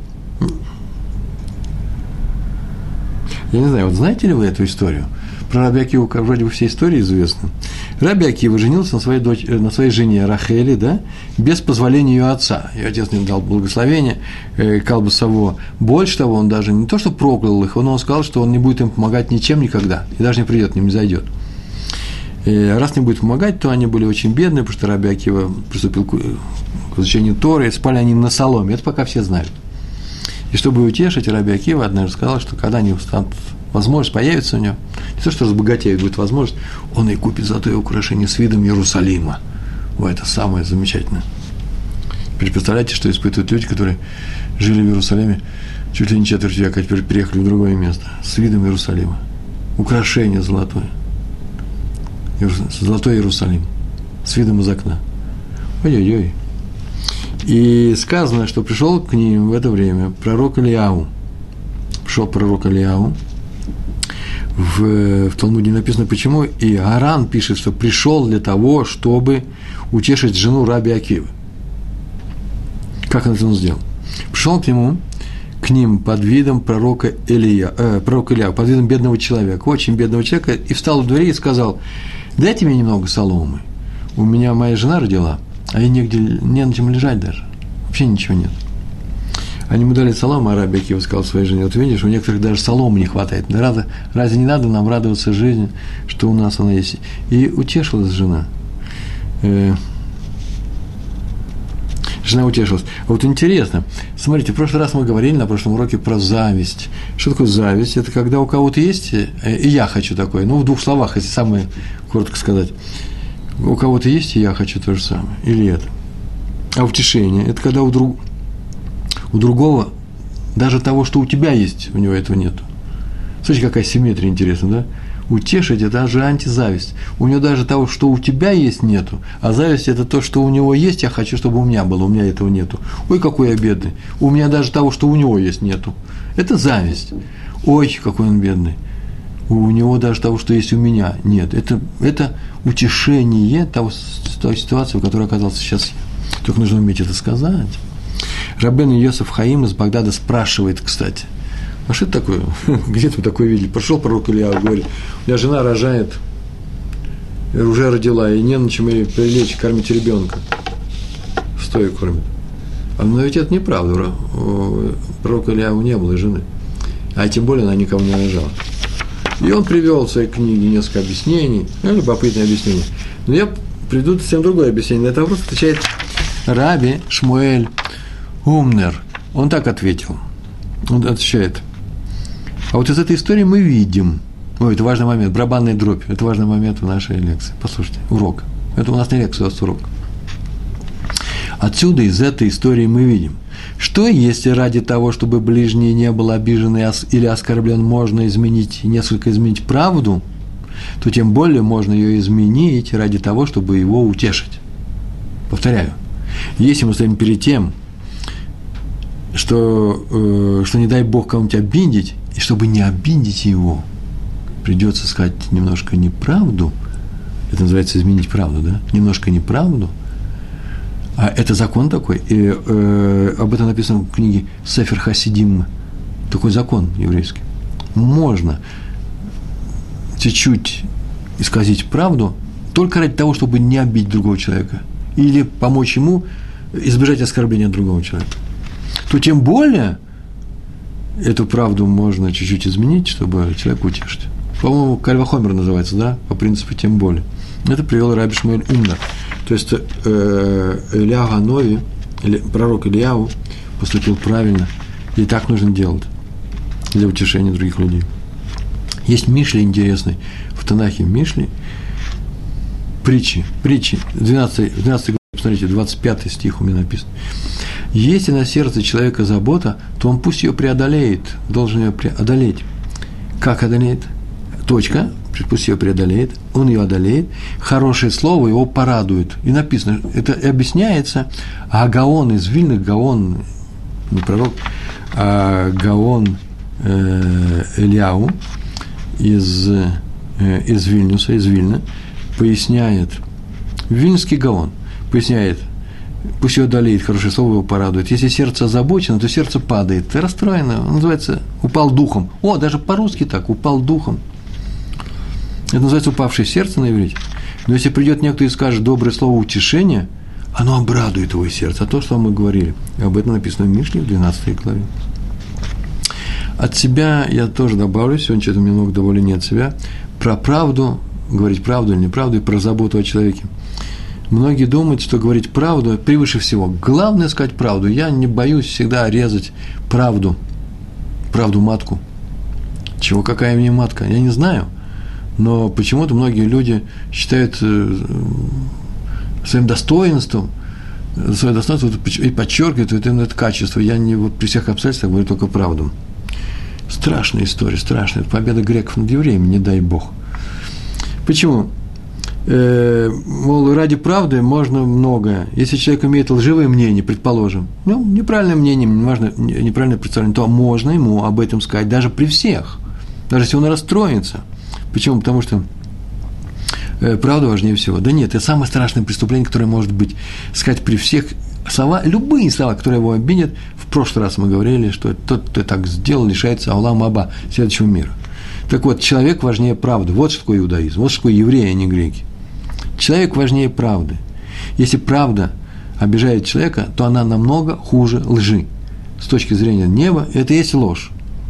Я не знаю, вот знаете ли вы эту историю? Про Раби Акиву вроде бы все истории известны. Раби Акива женился на своей, дочь, на своей жене Рахели, да, без позволения ее отца. Ее отец не дал благословения, э, Калба Саво. Больше того, он даже не то, что проклял их, он, он сказал, что он не будет им помогать ничем никогда, и даже не придет, к ним не зайдет. И раз не будет помогать, то они были очень бедные, потому что Раби Акива приступил к изучению Торы, спали они на соломе, это пока все знают. И чтобы утешить, Раби Акива однажды сказал, что когда они устанут, возможность появится у него, не то, что разбогатеет, будет возможность, он и купит золотое украшение с видом Иерусалима. О, это самое замечательное. Теперь представляете, что испытывают люди, которые жили в Иерусалиме чуть ли не четверть века, а теперь переехали в другое место, с видом Иерусалима. Украшение золотое. Золотой Иерусалим. С видом из окна. Ой-ой-ой. И сказано, что пришел к ним в это время пророк Илияу. Пришел пророк Илияу. В, в Талмуде написано, почему. И Аран пишет, что пришел для того, чтобы утешить жену Раби Акивы. Как он это сделал? Пришел к нему, к ним под видом пророка Илия, э, пророка Илияу, под видом бедного человека, очень бедного человека, и встал в двери и сказал: дайте мне немного соломы. У меня моя жена родила, а ей негде, не на чем лежать даже. Вообще ничего нет. Они ему дали солому, а Раби Акива сказал своей жене: вот видишь, у некоторых даже соломы не хватает. Разве, разве не надо нам радоваться жизни, что у нас она есть? И утешилась жена. Э, жена утешилась. А вот интересно, смотрите, в прошлый раз мы говорили на прошлом уроке про зависть. Что такое зависть? Это когда у кого-то есть, и я хочу такое, ну, в двух словах, если самое коротко сказать. У кого-то есть, и я хочу то же самое. Или это. А утешение – это когда у, друг, у другого, даже того, что у тебя есть, у него этого нет. Смотрите, какая симметрия интересная, да? Утешить – это же антизависть. У него даже того, что у тебя есть, нету. А зависть – это то, что у него есть, я хочу, чтобы у меня было, у меня этого нету. Ой, какой я бедный. У меня даже того, что у него есть, нету. Это зависть. Ой, какой он бедный. У него даже того, что есть у меня, нет. Это, это утешение того, той ситуации, в которой оказался сейчас я. Только нужно уметь это сказать. Рабейн Йосеф Хаим из Багдада спрашивает, кстати: а что это такое? Где-то вы такое видели? Пошел пророк Илияу, говорит: у меня жена рожает, уже родила, и не на чем ей прилечь, кормить ребенка. Стоя кормит. А но ведь это неправда. У пророка Илияу не было жены. А тем более она никого не рожала. И он привел в своей книге несколько объяснений, ну, любопытные объяснения. Но я приведу совсем другое объяснение. На этот вопрос отвечает Раби Шмуэль Умнер. Он так ответил. Он отвечает: а вот из этой истории мы видим, ой, это важный момент, барабанная дробь, это важный момент в нашей лекции. Послушайте, урок. Это у нас не лекция, у нас урок. Отсюда, из этой истории мы видим, что если ради того, чтобы ближний не был обижен или оскорблен, можно изменить, несколько изменить правду, то тем более можно ее изменить ради того, чтобы его утешить. Повторяю, если мы стоим перед тем, что, э, что не дай Бог кому-нибудь обидеть, и чтобы не обидеть его, придется сказать немножко неправду, это называется изменить правду, да? Немножко неправду. А это закон такой, и э, об этом написано в книге Сефер Хасидим, такой закон еврейский. Можно чуть-чуть исказить правду только ради того, чтобы не обидеть другого человека или помочь ему избежать оскорбления другого человека. То тем более эту правду можно чуть-чуть изменить, чтобы человека утешить. По-моему, Каль вахомер называется, да, по принципу тем более. Это привел Раби Шмуэль Умнер. То есть э, Илья Ганови, пророк Ильяу, поступил правильно, и так нужно делать для утешения других людей. Есть Мишли интересный, в Танахе Мишли, притчи, притчи, двенадцатой главе, посмотрите, двадцать пятый стих у меня написан. Если на сердце человека забота, то он пусть ее преодолеет, должен ее преодолеть. Как одолеет? Точка, пусть ее преодолеет, он ее одолеет, хорошее слово его порадует. И написано, это объясняется, а Гаон из Вильны, Гаон, не пророк, а Гаон э, Ильяу из, э, из Вильнюса, из Вильны, поясняет, Вильнский Гаон поясняет, пусть ее одолеет, хорошее слово его порадует. Если сердце озабочено, то сердце падает, расстроено, он называется упал духом. О, даже по-русски так, упал духом. Это называется упавшее сердце на иврите. Но если придет некто и скажет доброе слово утешения, оно обрадует его сердце. А то, что мы говорили, об этом написано в Мишне в двенадцатой главе. От себя я тоже добавлю, сегодня что-то мне много добавления от себя, про правду, говорить правду или неправду, и про заботу о человеке. Многие думают, что говорить правду превыше всего. Главное сказать правду. Я не боюсь всегда резать правду, правду матку. Чего, какая мне матка? Я не знаю. Но почему-то многие люди считают своим достоинством, свое достоинство и подчеркивают вот именно это качество. Я не вот при всех обстоятельствах говорю только правду. Страшная история, страшная. Это победа греков над евреями, не дай Бог. Почему? Э, мол, ради правды можно многое. Если человек имеет лживое мнение, предположим, ну, неправильное мнение, неважно, неправильное представление, то можно ему об этом сказать даже при всех, даже если он расстроится. Почему? Потому что э, правда важнее всего. Да нет, это самое страшное преступление, которое может быть. Сказать при всех слова, любые слова, которые его обидят. В прошлый раз мы говорили, что тот, кто так сделал, лишается Аллам Аба, следующего мира. Так вот, человек важнее правды. Вот что такое иудаизм, вот что такое евреи, а не греки. Человек важнее правды. Если правда обижает человека, то она намного хуже лжи. С точки зрения неба, это и есть ложь.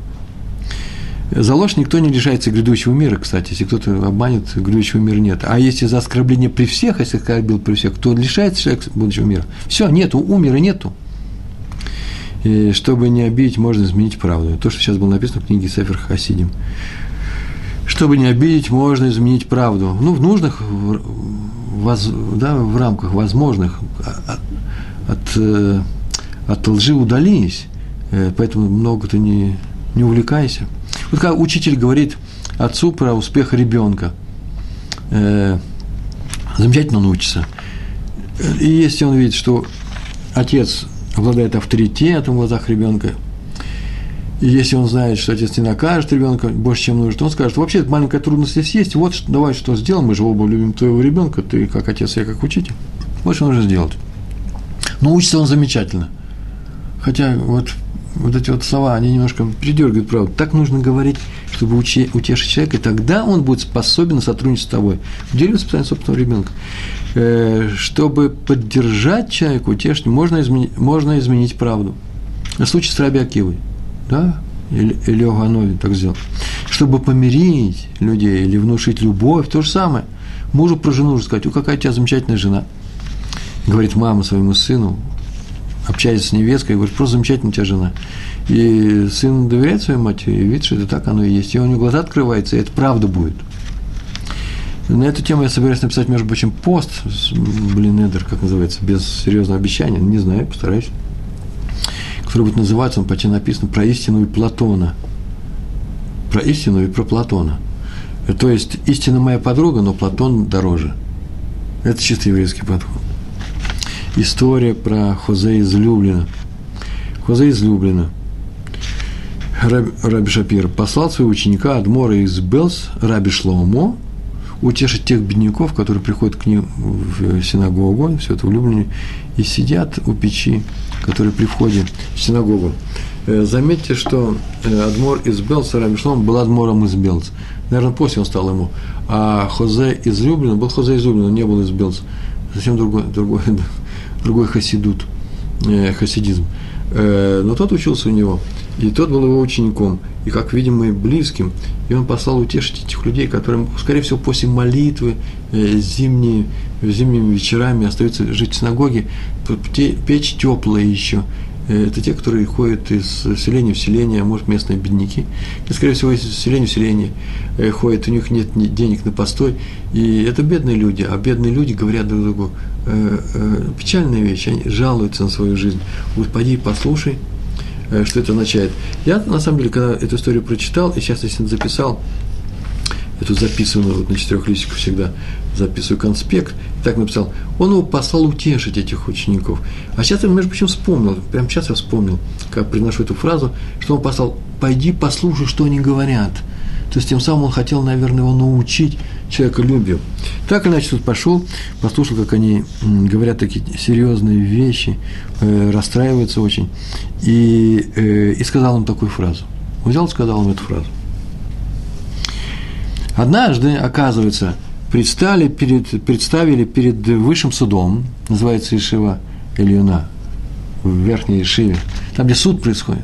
За ложь никто не лишается грядущего мира, кстати. Если кто-то обманет, грядущего мира нет. А если за оскорбление при всех, если оскорбил при всех, то лишается человек будущего мира. Все, нету, умер и нету. И чтобы не обидеть, можно изменить правду. То, что сейчас было написано в книге Сефер Хасидим. Чтобы не обидеть, можно изменить правду. Ну, в нужных, воз, да, в рамках возможных. От, от, от лжи удались. Поэтому много ты не, не увлекайся. Вот когда учитель говорит отцу про успех ребенка, э, замечательно он учится. И если он видит, что отец обладает авторитетом в глазах ребенка, и если он знает, что отец не накажет ребенка больше, чем нужно, то он скажет: вообще, эта маленькая трудность здесь есть, вот давай что сделаем, мы же оба любим твоего ребенка, ты как отец, я как учитель, вот что нужно сделать. Но учится он замечательно. Хотя вот вот эти вот слова, они немножко передергивают правду. Так нужно говорить, чтобы учи, утешить человека, и тогда он будет способен сотрудничать с тобой. В деле воспитания собственного ребенка. Э, чтобы поддержать человека, утешить, можно изменить, можно изменить правду. В случае с Раби Акивой, да, или Илья Ганови так сделал. Чтобы помирить людей или внушить любовь, то же самое. Мужу про жену уже сказать: о, какая у тебя замечательная жена. Говорит мама своему сыну, общаясь с невесткой, говорит: просто замечательная у тебя жена. И сын доверяет своей матери, и видит, что это так оно и есть. И у него глаза открываются, и это правда будет. На эту тему я собираюсь написать, между прочим, пост, блин, эдер, как называется, без серьезного обещания, не знаю, постараюсь, который будет называться, он почти написан, про истину и Платона. Про истину и про Платона. То есть, истина моя подруга, но Платон дороже. Это чисто еврейский подход. История про Хозе из Люблина. Хозе из Люблина. Раби, Раби Шапир послал своего ученика Адмора из Белс, Раби Шломо, утешить тех бедняков, которые приходят к ним в синагогу, все это в Люблине, и сидят у печи, которые при входе в синагогу. Заметьте, что Адмор из Белса, Раби Шломо, был Адмором из Белс. Наверное, после он стал ему. А Хозе из Люблина был Хозе из Люблина, не был из Белс. Совсем другой, другой, другой хасидут, хасидизм. Но тот учился у него, и тот был его учеником, и, как видим, мы близким, и он послал утешить этих людей, которым, скорее всего, после молитвы зимние, зимними вечерами остаются жить в синагоге, печь теплая еще. Это те, которые ходят из селения в селение, а может, местные бедняки. И, скорее всего, из селения в селение ходят, у них нет денег на постой. И это бедные люди, а бедные люди говорят друг другу э, э, печальные вещи, они жалуются на свою жизнь. Вот пойди послушай, э, что это означает. Я, на самом деле, когда эту историю прочитал, и сейчас, если записал, эту записанную, вот на четырех листиках всегда записываю конспект, и так написал, он его послал утешить этих учеников. А сейчас я, между прочим, вспомнил, прямо сейчас я вспомнил, как произношу эту фразу, что он послал, пойди послушай, что они говорят. То есть, тем самым он хотел, наверное, его научить человеколюбию. Так или иначе, тут пошел, послушал, как они говорят такие серьезные вещи, э, расстраиваются очень, и, э, и сказал им такую фразу. Он взял и сказал им эту фразу. Однажды, оказывается, предстали перед, представили перед высшим судом, называется Ешива Эльона, в верхней Ешиве, там, где суд происходит,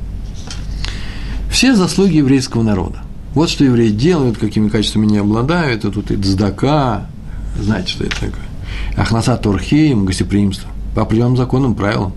все заслуги еврейского народа. Вот что евреи делают, какими качествами не обладают, и тут и цдака, знаете, что это такое, ахнасат орхим, гостеприимство, по определенным законам, правилам,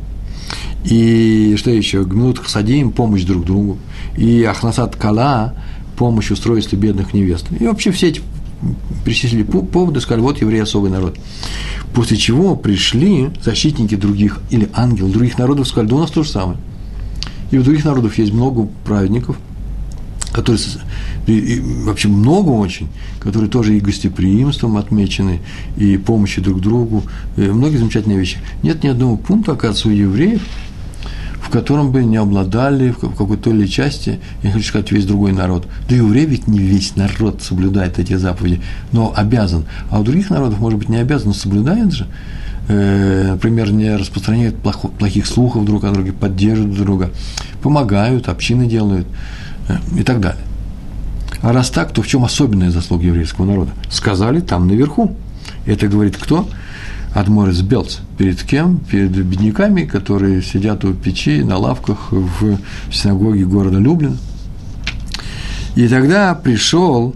и что еще, гмилут хасадим, помощь друг другу, и ахнасат кала, помощь в устройстве бедных невест. И вообще все эти перечислили поводы, сказали, вот евреи особый народ. После чего пришли защитники других, или ангелы других народов, сказали, да у нас то же самое. И у других народов есть много праведников, которые, и, и вообще много очень, которые тоже и гостеприимством отмечены, и помощью друг другу, и многие замечательные вещи. Нет ни одного пункта, оказывается, у евреев, в котором бы не обладали в какой-то или части, я хочу сказать, весь другой народ. Да и еврей ведь не весь народ соблюдает эти заповеди, но обязан. А у других народов, может быть, не обязан, но соблюдает же. Э, например, не распространяют плохо, плохих слухов друг о друге, поддерживают друг друга, помогают, общины делают э, и так далее. А раз так, то в чем особенная заслуга еврейского народа? Сказали там наверху. Это говорит кто? Адмор из Белц. Перед кем? Перед бедняками, которые сидят у печи, на лавках в синагоге города Люблина. И тогда пришел,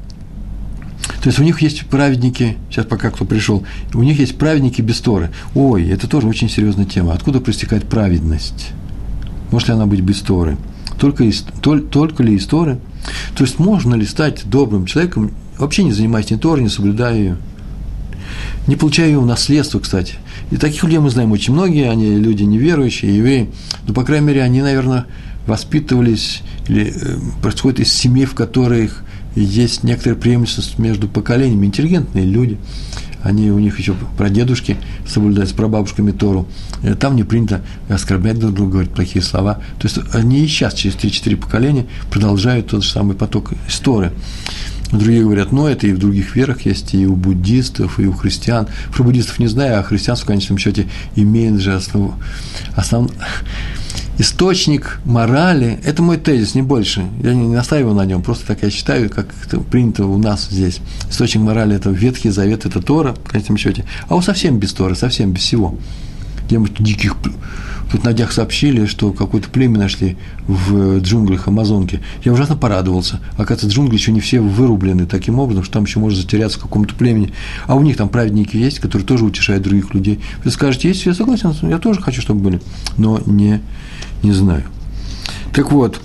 то есть у них есть праведники, сейчас пока кто пришел, у них есть праведники без Торы. Ой, это тоже очень серьезная тема. Откуда проистекает праведность? Может ли она быть без Торы? Только, из, тол, только ли из Торы? То есть можно ли стать добрым человеком, вообще не занимаясь ни Торой, не соблюдая ее? Не получая ее в наследство, кстати. И таких людей мы знаем очень многие, они люди неверующие, евреи, но, по крайней мере, они, наверное, воспитывались или э, происходят из семей, в которых есть некоторая преемственность между поколениями, интеллигентные люди, они, у них еще прадедушки соблюдают с прабабушками Тору, там не принято оскорблять друг друга, говорить плохие слова, то есть они и сейчас, через три-четыре поколения, продолжают тот же самый поток из Торы. Другие говорят, ну, это и в других верах есть, и у буддистов, и у христиан. Про буддистов не знаю, а христианство, в конечном счете, имеет же основу. Основ... Источник морали – это мой тезис, не больше. Я не настаиваю на нем, просто так я считаю, как это принято у нас здесь. Источник морали – это Ветхий Завет, это Тора, в конечном счете. А у совсем без Торы, совсем без всего. Где-нибудь диких... Тут на днях сообщили, что какое-то племя нашли в джунглях Амазонки. Я ужасно порадовался. Оказывается, джунгли еще не все вырублены таким образом, что там еще можно затеряться в каком-то племени. А у них там праведники есть, которые тоже утешают других людей. Вы скажете, есть, я согласен, я тоже хочу, чтобы были, но не, не знаю. Так вот,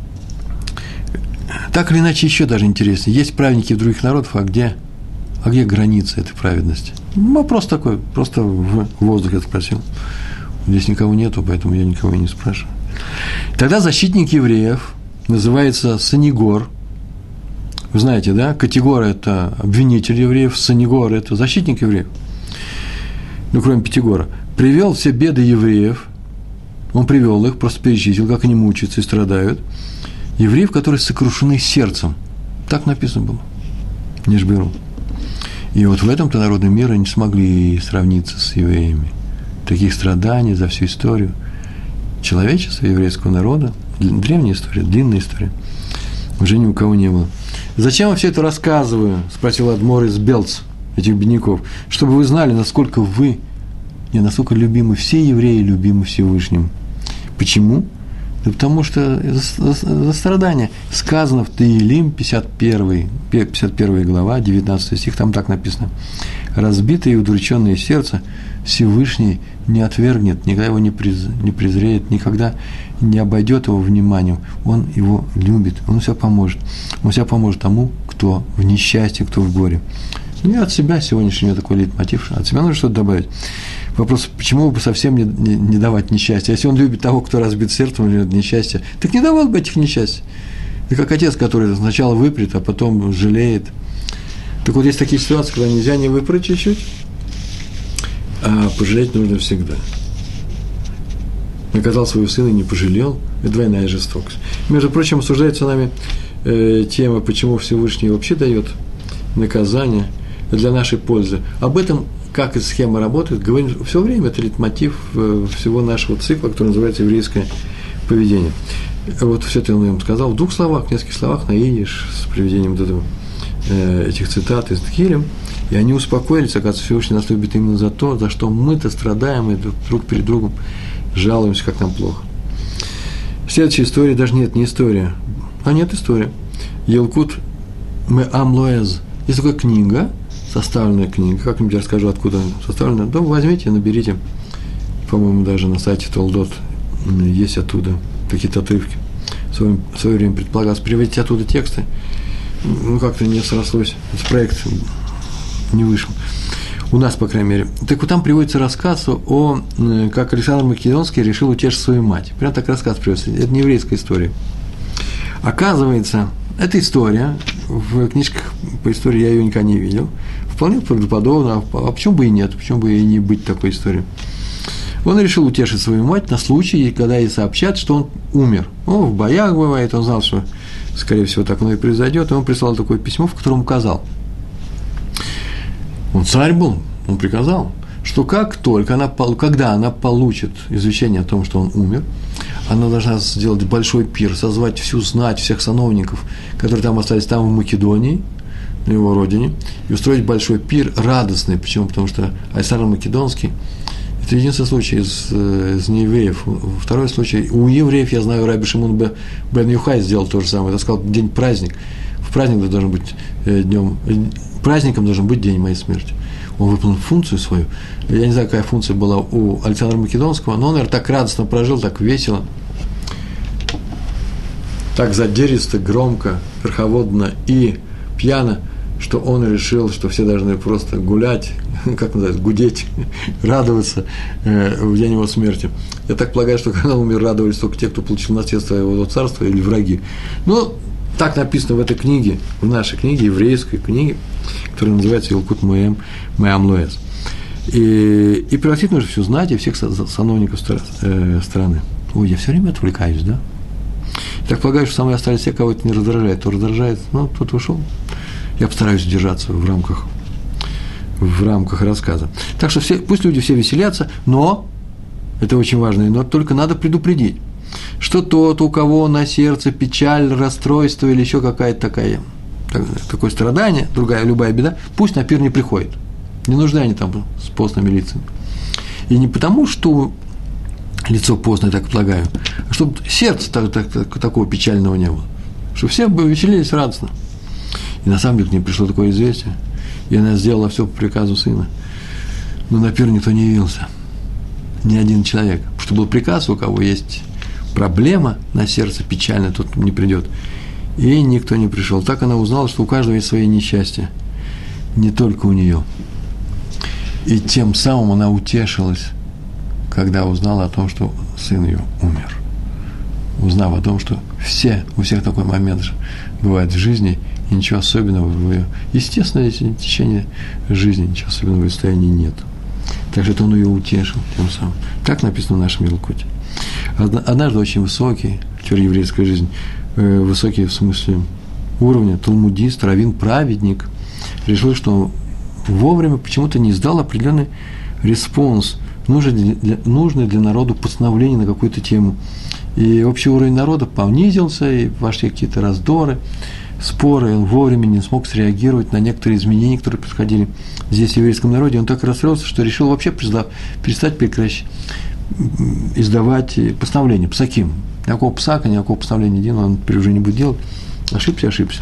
так или иначе, еще даже интереснее. Есть праведники в других народов, а где, а где граница этой праведности? Вопрос такой, просто в воздух я спросил. Здесь никого нету, поэтому я никого и не спрашиваю. Тогда защитник евреев называется санигор. Вы знаете, да? Категор – это обвинитель евреев, санигор – это защитник евреев. Ну, кроме Пятигора. Привел все беды евреев. Он привел их, просто перечислил, как они мучаются и страдают. Евреев, которые сокрушены сердцем. Так написано было. Не жберу. И вот в этом-то народы мира не смогли сравниться с евреями. Таких страданий за всю историю человечества, еврейского народа, древняя история, длинная история, уже ни у кого не было. «Зачем я все это рассказываю?» – спросил Адмор из Белц, этих бедняков. «Чтобы вы знали, насколько вы, не насколько любимы все евреи, любимы Всевышним. Почему? Да потому что за, за, за страдания сказано в Теилим, пятьдесят первая глава, девятнадцатый стих, там так написано: «Разбитое и удрученное сердце Всевышний не отвергнет, никогда его не, приз, не презреет, никогда не обойдет его вниманием. Он его любит, он все поможет. Он все поможет тому, кто в несчастье, кто в горе». Ну и от себя сегодняшний такой лейтмотив, от себя нужно что-то добавить. Вопрос, почему бы совсем не, не, не давать несчастья? Если он любит того, кто разбит сердцем, или несчастье, так не давал бы этих несчастий. Это как отец, который сначала выпрет, а потом жалеет. Так вот, есть такие ситуации, когда нельзя не выпрать чуть-чуть, а пожалеть нужно всегда. Наказал своего сына и не пожалел – это двойная жестокость. Между прочим, обсуждается нами э, тема, почему Всевышний вообще дает наказание для нашей пользы. Об этом, как эта схема работает, говорим все время, это лейтмотив всего нашего цикла, который называется «Еврейское поведение». Вот все это он им сказал в двух словах, в нескольких словах, на идиш, с приведением вот этого, э, этих цитат из Тхилим, и они успокоились, оказывается, Всевышний нас любит именно за то, за что мы-то страдаем, и друг перед другом жалуемся, как нам плохо. Следующая история, даже нет, не история, а нет, история. Елкут Меам Лоэз. Есть такая книга, составленная книга, как-нибудь я расскажу, откуда она составлена, то возьмите, наберите, по-моему, даже на сайте Толдот есть оттуда какие-то отрывки. В свое, в свое время предполагалось приводить оттуда тексты, ну, как-то не срослось, этот проект не вышел. У нас, по крайней мере. Так вот там приводится рассказ о, как Александр Македонский решил утешить свою мать. Прям так рассказ приводится. Это не еврейская история. Оказывается, эта история, в книжках по истории я ее никогда не видел, вполне правдоподобно, а почему бы и нет, почему бы и не быть такой историей. Он решил утешить свою мать на случай, когда ей сообщат, что он умер. Ну, в боях бывает, он знал, что, скорее всего, так оно и произойдет, и он прислал такое письмо, в котором указал. Он царь был, он приказал, что как только она, когда она получит извещение о том, что он умер, она должна сделать большой пир, созвать всю знать, всех сановников, которые там остались там в Македонии, на его родине, и устроить большой пир радостный. Почему? Потому что Александр Македонский – это единственный случай из, из неевреев. Второй случай – у евреев, я знаю, Раби Шимон бен Юхай сделал то же самое. Это сказал, день праздник. В праздник должен быть днем, праздником должен быть день моей смерти. Он выполнил функцию свою. Я не знаю, какая функция была у Александра Македонского, но он, наверное, так радостно прожил, так весело, так задиристо, громко, верховодно и пьяно, что он решил, что все должны просто гулять, как называется, гудеть, радоваться э, в день его смерти. Я так полагаю, что когда он умер, радовались только те, кто получил наследство его царства, или враги. Но так написано в этой книге, в нашей книге, еврейской книге, которая называется «Елкут Меам Лоэз». И, и превратить нужно все знать, и всех сановников страны. Ой, я все время отвлекаюсь, да? Так полагаю, что самые остались те, кого это не раздражает. Кто раздражает, ну, тот ушел. Я постараюсь держаться в рамках, в рамках рассказа. Так что все, пусть люди все веселятся, но, это очень важно, но только надо предупредить, что тот, у кого на сердце печаль, расстройство или еще какая-то такая, такое страдание, другая, любая беда, пусть на пир не приходит. Не нужны они там с постными лицами. И не потому, что лицо постное, так полагаю, а чтобы сердце так, так, так, такого печального не было. Чтобы все бы веселились радостно. И на самом деле к ней пришло такое известие, и она сделала все по приказу сына. Но на пир никто не явился. Ни один человек. Потому что был приказ, у кого есть проблема на сердце печальная, тот не придет. И никто не пришел. Так она узнала, что у каждого есть свои несчастья. Не только у нее. И тем самым она утешилась, когда узнала о том, что сын ее умер. Узнав о том, что все, у всех такой момент же бывает в жизни, и ничего особенного в ее естественное течение жизни, ничего особенного в ее состоянии нет. Так что это он ее утешил тем самым. Так написано в нашем Елкуте. Однажды очень высокий, теперь еврейская жизнь, высокий в смысле уровня, талмудист, раввин, праведник, решил, что вовремя почему-то не сдал определенный респонс, нужный для, нужный для народу постановление на какую-то тему. И общий уровень народа понизился, и пошли какие-то раздоры, споры, он вовремя не смог среагировать на некоторые изменения, которые происходили здесь, в еврейском народе. Он так расстроился, что решил вообще перестать прекращать, издавать постановление, псаким. Никакого псака, никакого постановления Дина он теперь уже не будет делать. Ошибся, ошибся.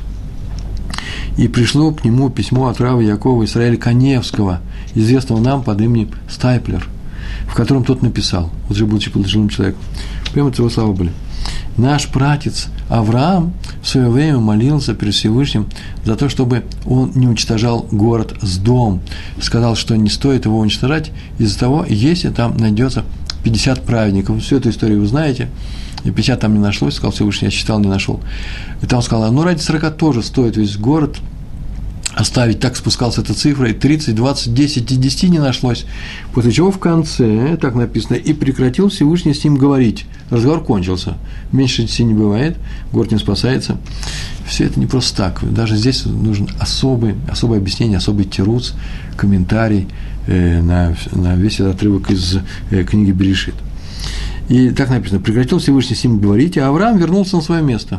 И пришло к нему письмо от рава Якова Исраэля Каневского, известного нам под именем Стайплер, в котором тот написал, уже будучи пожилым человеком, прямо это его слова были: «Наш пратец Авраам в свое время молился перед Всевышним за то, чтобы он не уничтожал город Сдом. Сказал, что не стоит его уничтожать из-за того, если там найдется пятьдесят праведников». Всю эту историю вы знаете. И пятьдесят там не нашлось, сказал Всевышний, я считал, не нашел. И там сказал, ну ради сорока тоже стоит весь город оставить. Так спускался эта цифра, и тридцать, двадцать, десять, и десять не нашлось. После чего в конце, так написано, и прекратил Всевышний с ним говорить. Разговор кончился. Меньше десяти не бывает, город не спасается. Все это не просто так. Даже здесь нужен особый, особое объяснение, особый тируц, комментарий э, на, на весь этот отрывок из э, книги Берешит. И так написано, прекратил Всевышний с ним говорить, а Авраам вернулся на свое место.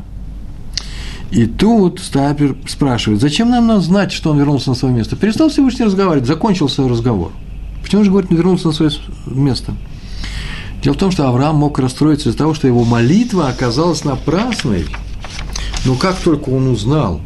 И тут Стайплер спрашивает, зачем нам надо знать, что он вернулся на свое место? Перестал Всевышний разговаривать, закончился разговор. Почему же, говорит, не вернулся на свое место? Дело в том, что Авраам мог расстроиться из-за того, что его молитва оказалась напрасной. Но как только он узнал,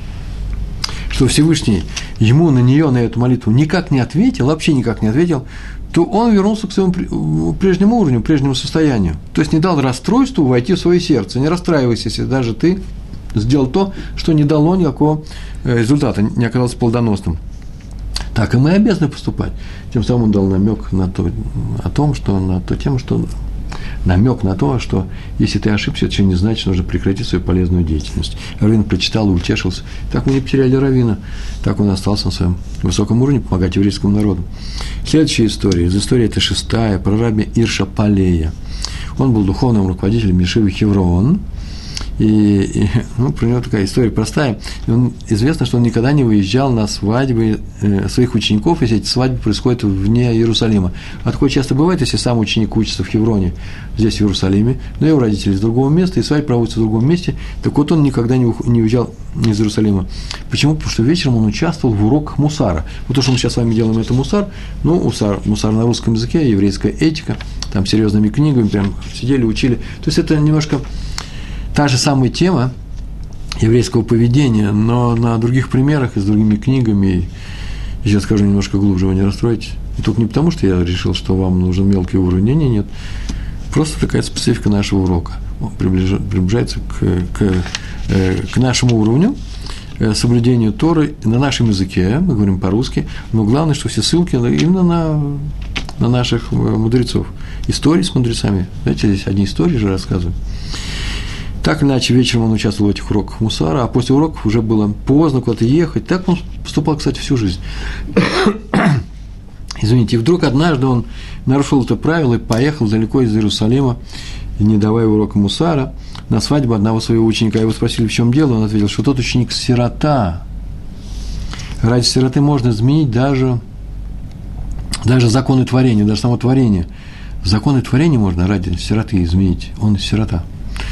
что Всевышний ему на нее, на эту молитву никак не ответил, вообще никак не ответил, то он вернулся к своему прежнему уровню, прежнему состоянию. То есть не дал расстройству войти в свое сердце. Не расстраивайся, если даже ты сделал то, что не дало никакого результата, не оказалось плодоносным. Так и мы обязаны поступать. Тем самым он дал намек на то, о том, что на ту тему, что намек на то, что если ты ошибся, это еще не значит, что нужно прекратить свою полезную деятельность. Раввин прочитал и утешился. Так мы не потеряли раввина. Так он остался на своем высоком уровне помогать еврейскому народу. Следующая история. Из истории это шестая, про раби Ирша Палея. Он был духовным руководителем Ешивы Хеврон. И, и ну, про него такая история простая. И он, известно, что он никогда не выезжал на свадьбы э, своих учеников, если эти свадьбы происходят вне Иерусалима. А такое часто бывает, если сам ученик учится в Хевроне, здесь, в Иерусалиме, но его родители из другого места, и свадьба проводится в другом месте. Так вот, он никогда не, не уезжал из Иерусалима. Почему? Потому что вечером он участвовал в уроках мусара. Вот то, что мы сейчас с вами делаем, это мусар. Ну, мусар, мусар на русском языке, еврейская этика, там серьезными книгами прям сидели, учили. То есть это немножко та же самая тема еврейского поведения, но на других примерах и с другими книгами. И сейчас скажу немножко глубже, вы не расстроитесь. И только не потому, что я решил, что вам нужен мелкий уровень. Нет, нет, нет. Просто такая специфика нашего урока. Он приближается к, к, к нашему уровню, соблюдению Торы на нашем языке, мы говорим по-русски, но главное, что все ссылки именно на, на наших мудрецов. Истории с мудрецами. Знаете, здесь одни истории же рассказываю. Так или иначе, вечером он участвовал в этих уроках мусара, а после уроков уже было поздно куда-то ехать. Так он поступал, кстати, всю жизнь. Извините, и вдруг однажды он нарушил это правило и поехал далеко из Иерусалима, не давая урока мусара, на свадьбу одного своего ученика. Его спросили, в чем дело, он ответил, что тот ученик сирота. Ради сироты можно изменить даже, даже законы творения, даже само творение. Законы творения можно ради сироты изменить, он сирота.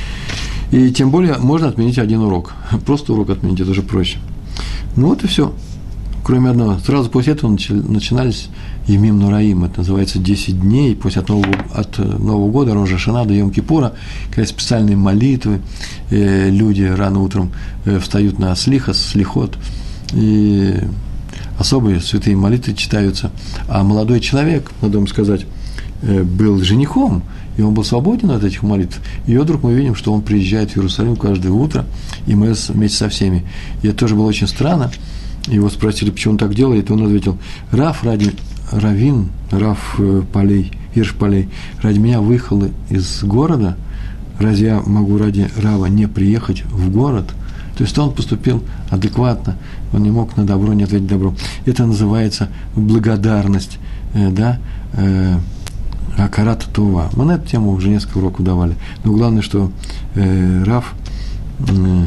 И тем более можно отменить один урок. Просто урок отменить, это уже проще. Ну вот и все. Кроме одного. Сразу после этого начинались Ямим Нураим. Это называется десять дней после от Нового, от Нового года, Рожа Шана до Йом-Кипура, когда специальные молитвы. Люди рано утром встают на слихос, слихот. И особые святые молитвы читаются. А молодой человек, надо вам сказать, был женихом, и он был свободен от этих молитв. И вдруг мы видим, что он приезжает в Иерусалим каждое утро, и мы вместе со всеми. И это тоже было очень странно. Его спросили, почему он так делает, и он ответил, Рав ради Равин, Рав Полей, Ирш Полей, ради меня выехал из города, разве я могу ради Рава не приехать в город? То есть он поступил адекватно, он не мог на добро не ответить добро. Это называется благодарность, да, Акарат Това. Мы на эту тему уже несколько уроков давали. Но главное, что э, Рав, э,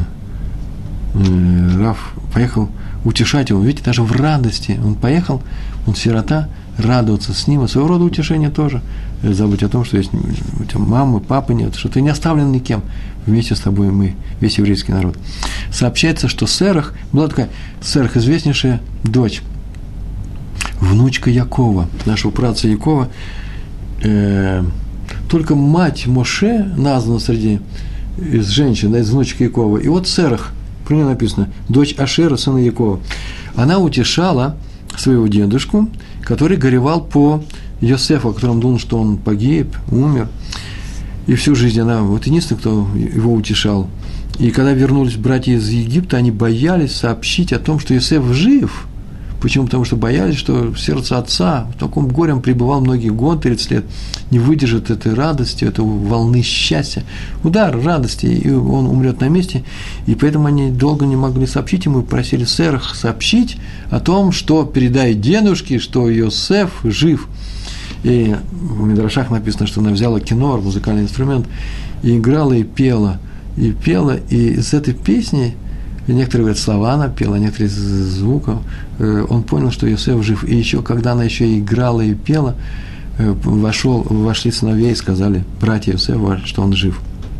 э, Рав поехал утешать его. Видите, даже в радости он поехал, он сирота, радоваться с ним. А своего рода утешение тоже. Забыть о том, что есть у тебя мамы, папы нет, что ты не оставлен никем. Вместе с тобой мы, весь еврейский народ. Сообщается, что Серах, была такая Серах, известнейшая дочь, внучка Якова, нашего праотца Якова, э, только мать Моше названа среди из женщин, да, из внучек Якова. И вот Серах, про нее написано, дочь Ашера, сына Якова. Она утешала своего дедушку, который горевал по Йосефу, о котором думал, что он погиб, умер. И всю жизнь она, вот единственный, кто его утешал. И когда вернулись братья из Египта, они боялись сообщить о том, что Йосеф жив. Почему? Потому что боялись, что в сердце отца в таком горе он пребывал многие годы, тридцать лет, не выдержит этой радости, этой волны счастья, удар радости, и он умрет на месте. И поэтому они долго не могли сообщить ему, и просили Серах сообщить о том, что передает дедушке, что Йосеф жив. И в Мидрашах написано, что она взяла кинор, музыкальный инструмент, и играла, и пела, и пела, и из этой песни, некоторые говорят, слова она пела, некоторые из звуков, он понял, что Йосеф жив. И еще, когда она еще играла и пела, вошел, вошли сыновья и сказали, братья Йосефа, что он жив.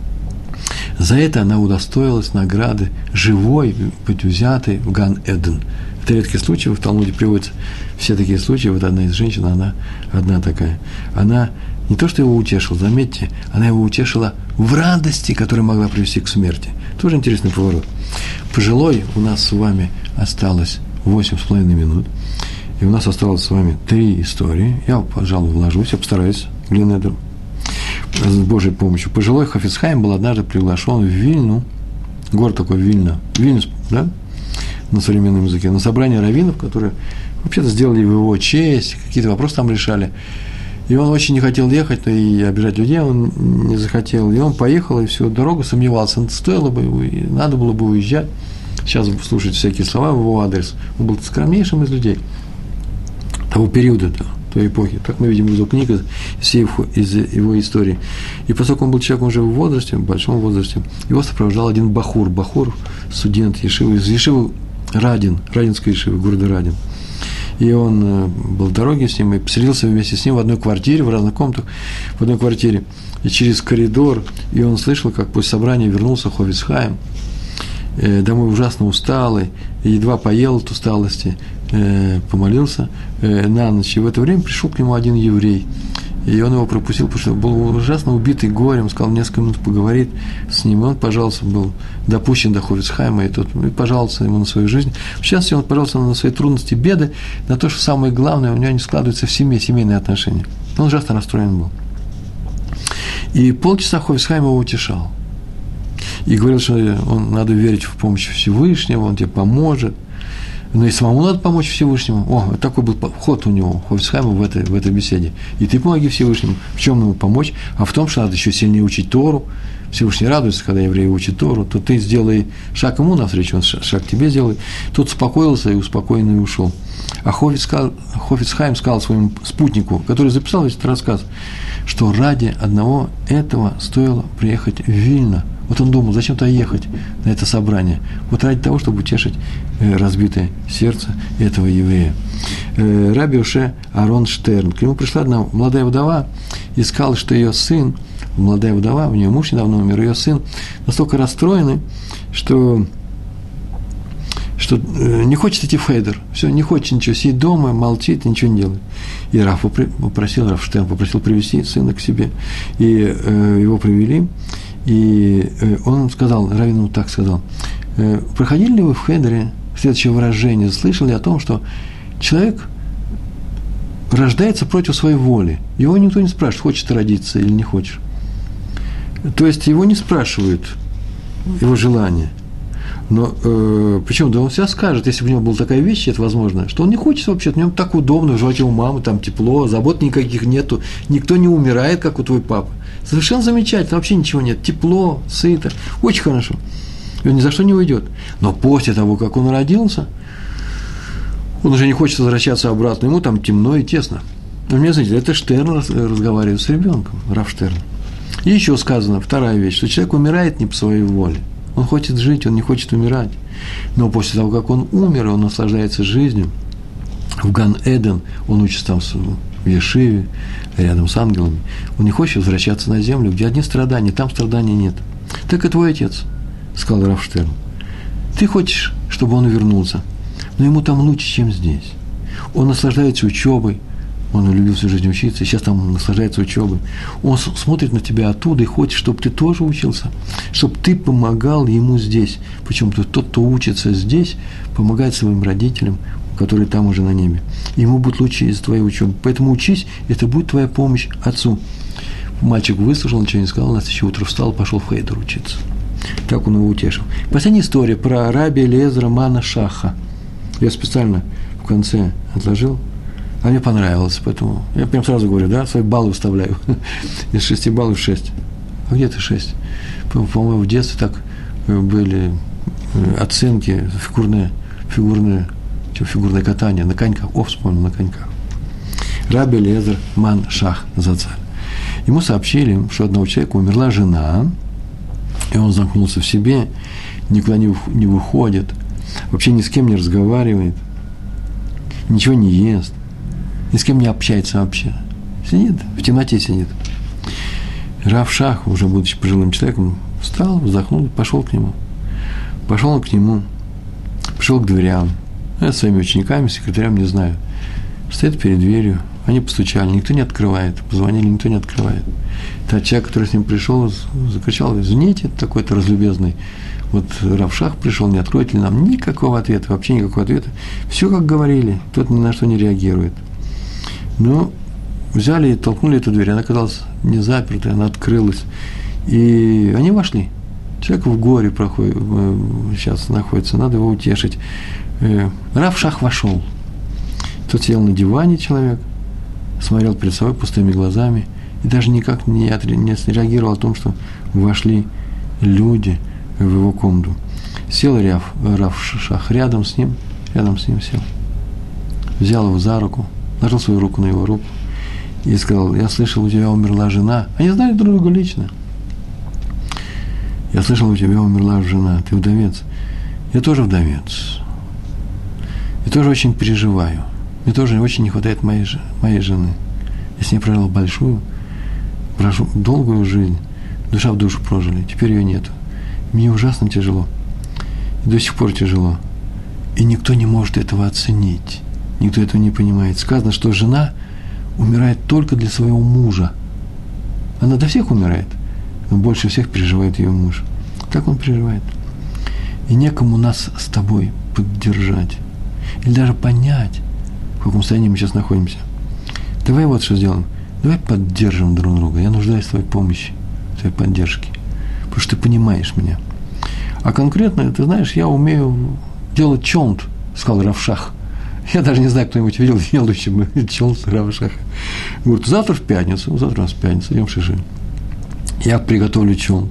За это она удостоилась награды живой быть взятой в Ган-Эден. Это редкий случай, в Талмуде приводятся все такие случаи. Вот одна из женщин, она одна такая. Она не то, что его утешила, заметьте, она его утешила в радости, которая могла привести к смерти. Тоже интересный поворот. Пожилой у нас с вами осталось восемь с половиной минут, и у нас осталось с вами три истории. Я, пожалуй, вложусь, я постараюсь, Глинедер, с Божьей помощью. Пожилой Хафец Хаим был однажды приглашен в Вильну, город такой Вильна, Вильнюс, да, на современном языке, на собрание раввинов, которые вообще-то сделали в его честь, какие-то вопросы там решали. И он очень не хотел ехать, и обижать людей он не захотел. И он поехал, и всю дорогу сомневался, стоило бы, надо было бы уезжать. Сейчас слушать всякие слова в его адрес. Он был скромнейшим из людей того периода, той эпохи. Так мы видим из его книг, из его истории. И поскольку он был человеком уже в возрасте, в большом возрасте, его сопровождал один бахур. Бахур, студент Ешивы, из Ешивы Радин, Радинской Ешивы, города Радин. И он был в дороге с ним, и поселился вместе с ним в одной квартире, в разных комнатах, в одной квартире, и через коридор, и он слышал, как после собрания вернулся Хафец Хаим, э, домой ужасно усталый, и едва поел от усталости, э, помолился э, на ночь, и в это время пришел к нему один еврей, и он его пропустил, потому что был ужасно убитый горем, сказал, несколько минут поговорит с ним, и он, пожалуйста, был допущен до Хафец Хаима, и тот и пожаловался ему на свою жизнь. В частности, он пожаловался на свои трудности, беды, на то, что самое главное, у него не складываются в семье, семейные отношения. Он ужасно расстроен был. И полчаса Хафец Хаим его утешал. И говорил, что он, надо верить в помощь Всевышнего, он тебе поможет. Но и самому надо помочь Всевышнему. О, такой был ход у него, Хафец Хаима, в этой, в этой беседе. И ты помоги Всевышнему. В чем ему помочь? А в том, что надо еще сильнее учить Тору. Всевышний радуется, когда евреи учат Тору, то ты сделай шаг ему навстречу, он шаг тебе сделай. Тот успокоился и успокоенный ушел. А Хафец Хаим сказал своему спутнику, который записал этот рассказ, что ради одного этого стоило приехать в Вильно. Вот он думал, зачем туда ехать на это собрание? Вот ради того, чтобы утешить разбитое сердце этого еврея. Раби Оше Арон Штерн. К нему пришла одна молодая вдова и сказала, что ее сын, молодая вдова, у нее муж недавно умер, ее сын настолько расстроенный, что, что не хочет идти в хейдер, все, не хочет ничего, сидит дома, молчит, ничего не делает. И Рав попросил, Рав Штерн попросил привести сына к себе, и э, его привели. И он сказал, раввин так сказал, проходили ли вы в хедере следующее выражение, слышали о том, что человек рождается против своей воли, его никто не спрашивает, хочет родиться или не хочешь. То есть его не спрашивают его желания. Но э, причем, да он всегда скажет, если бы у него была такая вещь, это возможно, что он не хочет вообще, в нем так удобно, в животе у мамы, там тепло, забот никаких нету, никто не умирает, как у твой папы. Совершенно замечательно, вообще ничего нет, тепло, сыто, очень хорошо. И он ни за что не уйдет. Но после того, как он родился, он уже не хочет возвращаться обратно, ему там темно и тесно. У меня, знаете, это Штерн разговаривает с ребенком, Рав Штерн. И еще сказано, вторая вещь, что человек умирает не по своей воле. Он хочет жить, он не хочет умирать. Но после того, как он умер, он наслаждается жизнью. В Ган-Эден он учится там в Ешиве, рядом с ангелами. Он не хочет возвращаться на землю, где одни страдания, там страданий нет. Так и твой отец, сказал Рав Штерн. Ты хочешь, чтобы он вернулся, но ему там лучше, чем здесь. Он наслаждается учебой, он любил всю жизнь учиться, и сейчас там наслаждается учебой. Он смотрит на тебя оттуда и хочет, чтобы ты тоже учился, чтобы ты помогал ему здесь. Почему-то тот, кто учится здесь, помогает своим родителям, которые там уже на небе. Ему будет лучше из твоей учебы. Поэтому учись, это будет твоя помощь отцу. Мальчик выслушал, ничего не сказал, на следующее утро встал, пошел в хейдер учиться. Так он его утешил. Последняя история про раби Элиэзера Мана Шаха. Я специально в конце отложил. А мне понравилось, поэтому я прям сразу говорю, да, свои баллы выставляю. Из шести баллов шесть. А где-то шесть. По-моему, в детстве так были оценки фигурные, фигурные, что, фигурное катание на коньках. О, вспомнил, на коньках. Раби Элиэзер Ман Шах Зацаль. Ему сообщили, что одного человека умерла жена, и он замкнулся в себе, никуда не выходит, вообще ни с кем не разговаривает, ничего не ест, ни с кем не общается вообще. Сидит, в темноте сидит. Рав Шах, уже будучи пожилым человеком, встал, вздохнул, пошел к нему. Пошел он к нему, пришел к дверям. Я со своими учениками, секретарем, не знаю. Стоит перед дверью, они постучали, никто не открывает. Позвонили, никто не открывает. Тот человек, который с ним пришел, закричал: извините, такой-то разлюбезный. Вот Рав Шах пришел, не откроете ли нам? Никакого ответа, вообще никакого ответа. Все, как говорили, тот ни на что не реагирует. Ну, взяли и толкнули эту дверь, она оказалась не запертой, она открылась. И они вошли. Человек в горе проходит, сейчас находится, надо его утешить. Рав Шах вошел. Тот сидел на диване, человек, смотрел перед собой пустыми глазами и даже никак не, отре, не среагировал о том, что вошли люди в его комнату. Сел Рав, Рав Шах рядом с ним, рядом с ним сел. Взял его за руку, положил свою руку на его руку и сказал: я слышал, у тебя умерла жена. Они знали друг друга лично. Я слышал, у тебя умерла жена, ты вдовец. Я тоже вдовец. Я тоже очень переживаю. Мне тоже очень не хватает моей, моей жены. Я с ней прожил большую, прожил долгую жизнь. Душа в душу прожили, теперь ее нету. Мне ужасно тяжело. И до сих пор тяжело. И никто не может этого оценить. Никто этого не понимает. Сказано, что жена умирает только для своего мужа. Она до всех умирает, но больше всех переживает ее муж. Так он переживает. И некому нас с тобой поддержать. Или даже понять, в каком состоянии мы сейчас находимся. Давай вот что сделаем. Давай поддержим друг друга. Я нуждаюсь в твоей помощи, в твоей поддержке. Потому что ты понимаешь меня. А конкретно, ты знаешь, я умею делать чонт, сказал Рав Шах. Я даже не знаю, кто-нибудь видел делающим чонт Рава Шаха. Говорит: завтра в пятницу, завтра у нас пятница, идем в Шиши. Я приготовлю чонт.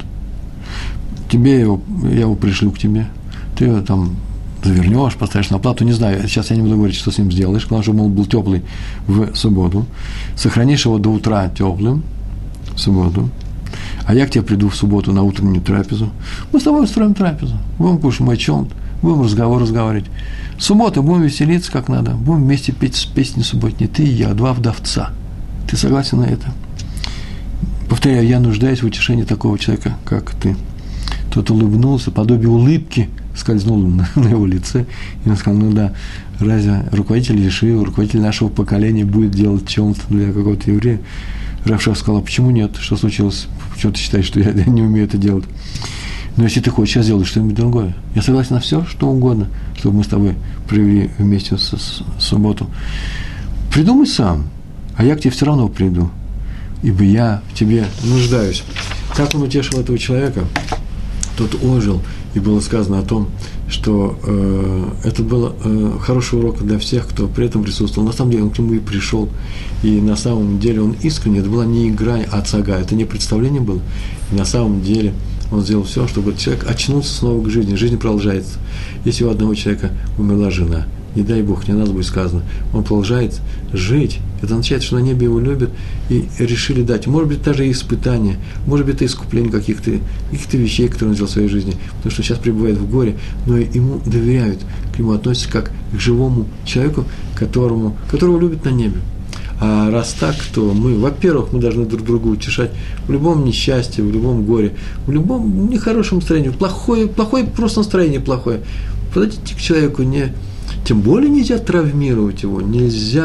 Тебе его, я его пришлю к тебе. Ты его там завернешь, поставишь на плату, не знаю, сейчас я не буду говорить, что с ним сделаешь, главное, чтобы он был теплый в субботу, сохранишь его до утра теплым в субботу, а я к тебе приду в субботу на утреннюю трапезу, мы с тобой устроим трапезу, будем кушать мой чонт, будем разговор разговаривать, в субботу будем веселиться как надо, будем вместе петь песни субботние, ты и я, два вдовца, ты согласен на это? Повторяю, я нуждаюсь в утешении такого человека, как ты. Тот улыбнулся, подобие улыбки скользнуло на, на его лице, и он сказал: ну да, разве руководитель Ешивы, руководитель нашего поколения будет делать чонт для какого-то еврея? Рав Шах сказал: а почему нет? Что случилось? Почему ты считаешь, что я, я не умею это делать? Но если ты хочешь, я сделаю что-нибудь другое. Я согласен на все, что угодно, чтобы мы с тобой провели вместе с, с, субботу. Придумай сам, а я к тебе все равно приду, ибо я в тебе нуждаюсь. Как он утешил этого человека? Тот ожил, и было сказано о том, что э, это был э, хороший урок для всех, кто при этом присутствовал. На самом деле он к нему и пришел, и на самом деле он искренне, это была не игра, а цага, это не представление было. И на самом деле он сделал все, чтобы человек очнулся снова к жизни, жизнь продолжается. Если у одного человека умерла жена, не дай Бог, не о нас будет сказано, он продолжает жить. Это означает, что на небе его любят и решили дать. Может быть, даже и испытания, может быть, это искупление каких-то, каких-то вещей, которые он сделал в своей жизни, потому что сейчас пребывает в горе, но ему доверяют, к нему относятся как к живому человеку, которому, которого любят на небе. А раз так, то мы, во-первых, мы должны друг друга утешать в любом несчастье, в любом горе, в любом нехорошем настроении, плохое, плохое просто настроение плохое. Подойдите к человеку, не, тем более нельзя травмировать его, нельзя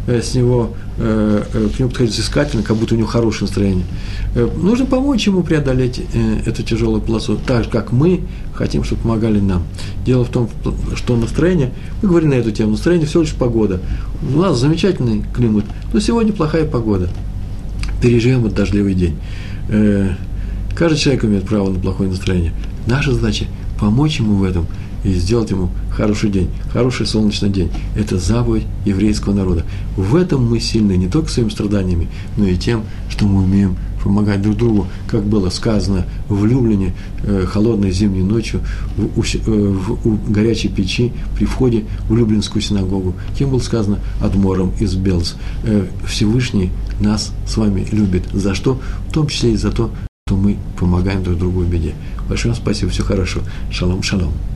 с него, к нему подходить взыскательно, как будто у него хорошее настроение. Нужно помочь ему преодолеть эту тяжелую полосу, так же, как мы хотим, чтобы помогали нам. Дело в том, что настроение, мы говорим на эту тему, настроение всего лишь погода. У нас замечательный климат, но сегодня плохая погода. Переживем этот дождливый день. Каждый человек имеет право на плохое настроение. Наша задача – помочь ему в этом и сделать ему хороший день, хороший солнечный день. Это заповедь еврейского народа. В этом мы сильны не только своими страданиями, но и тем, что мы умеем помогать друг другу, как было сказано в Люблине э, холодной зимней ночью в, э, в, у горячей печи при входе в Люблинскую синагогу. Кем было сказано? Адмором из Белз. Э, Всевышний нас с вами любит. За что? В том числе и за то, что мы помогаем друг другу в беде. Большое вам спасибо, все хорошо. Шалом, шалом.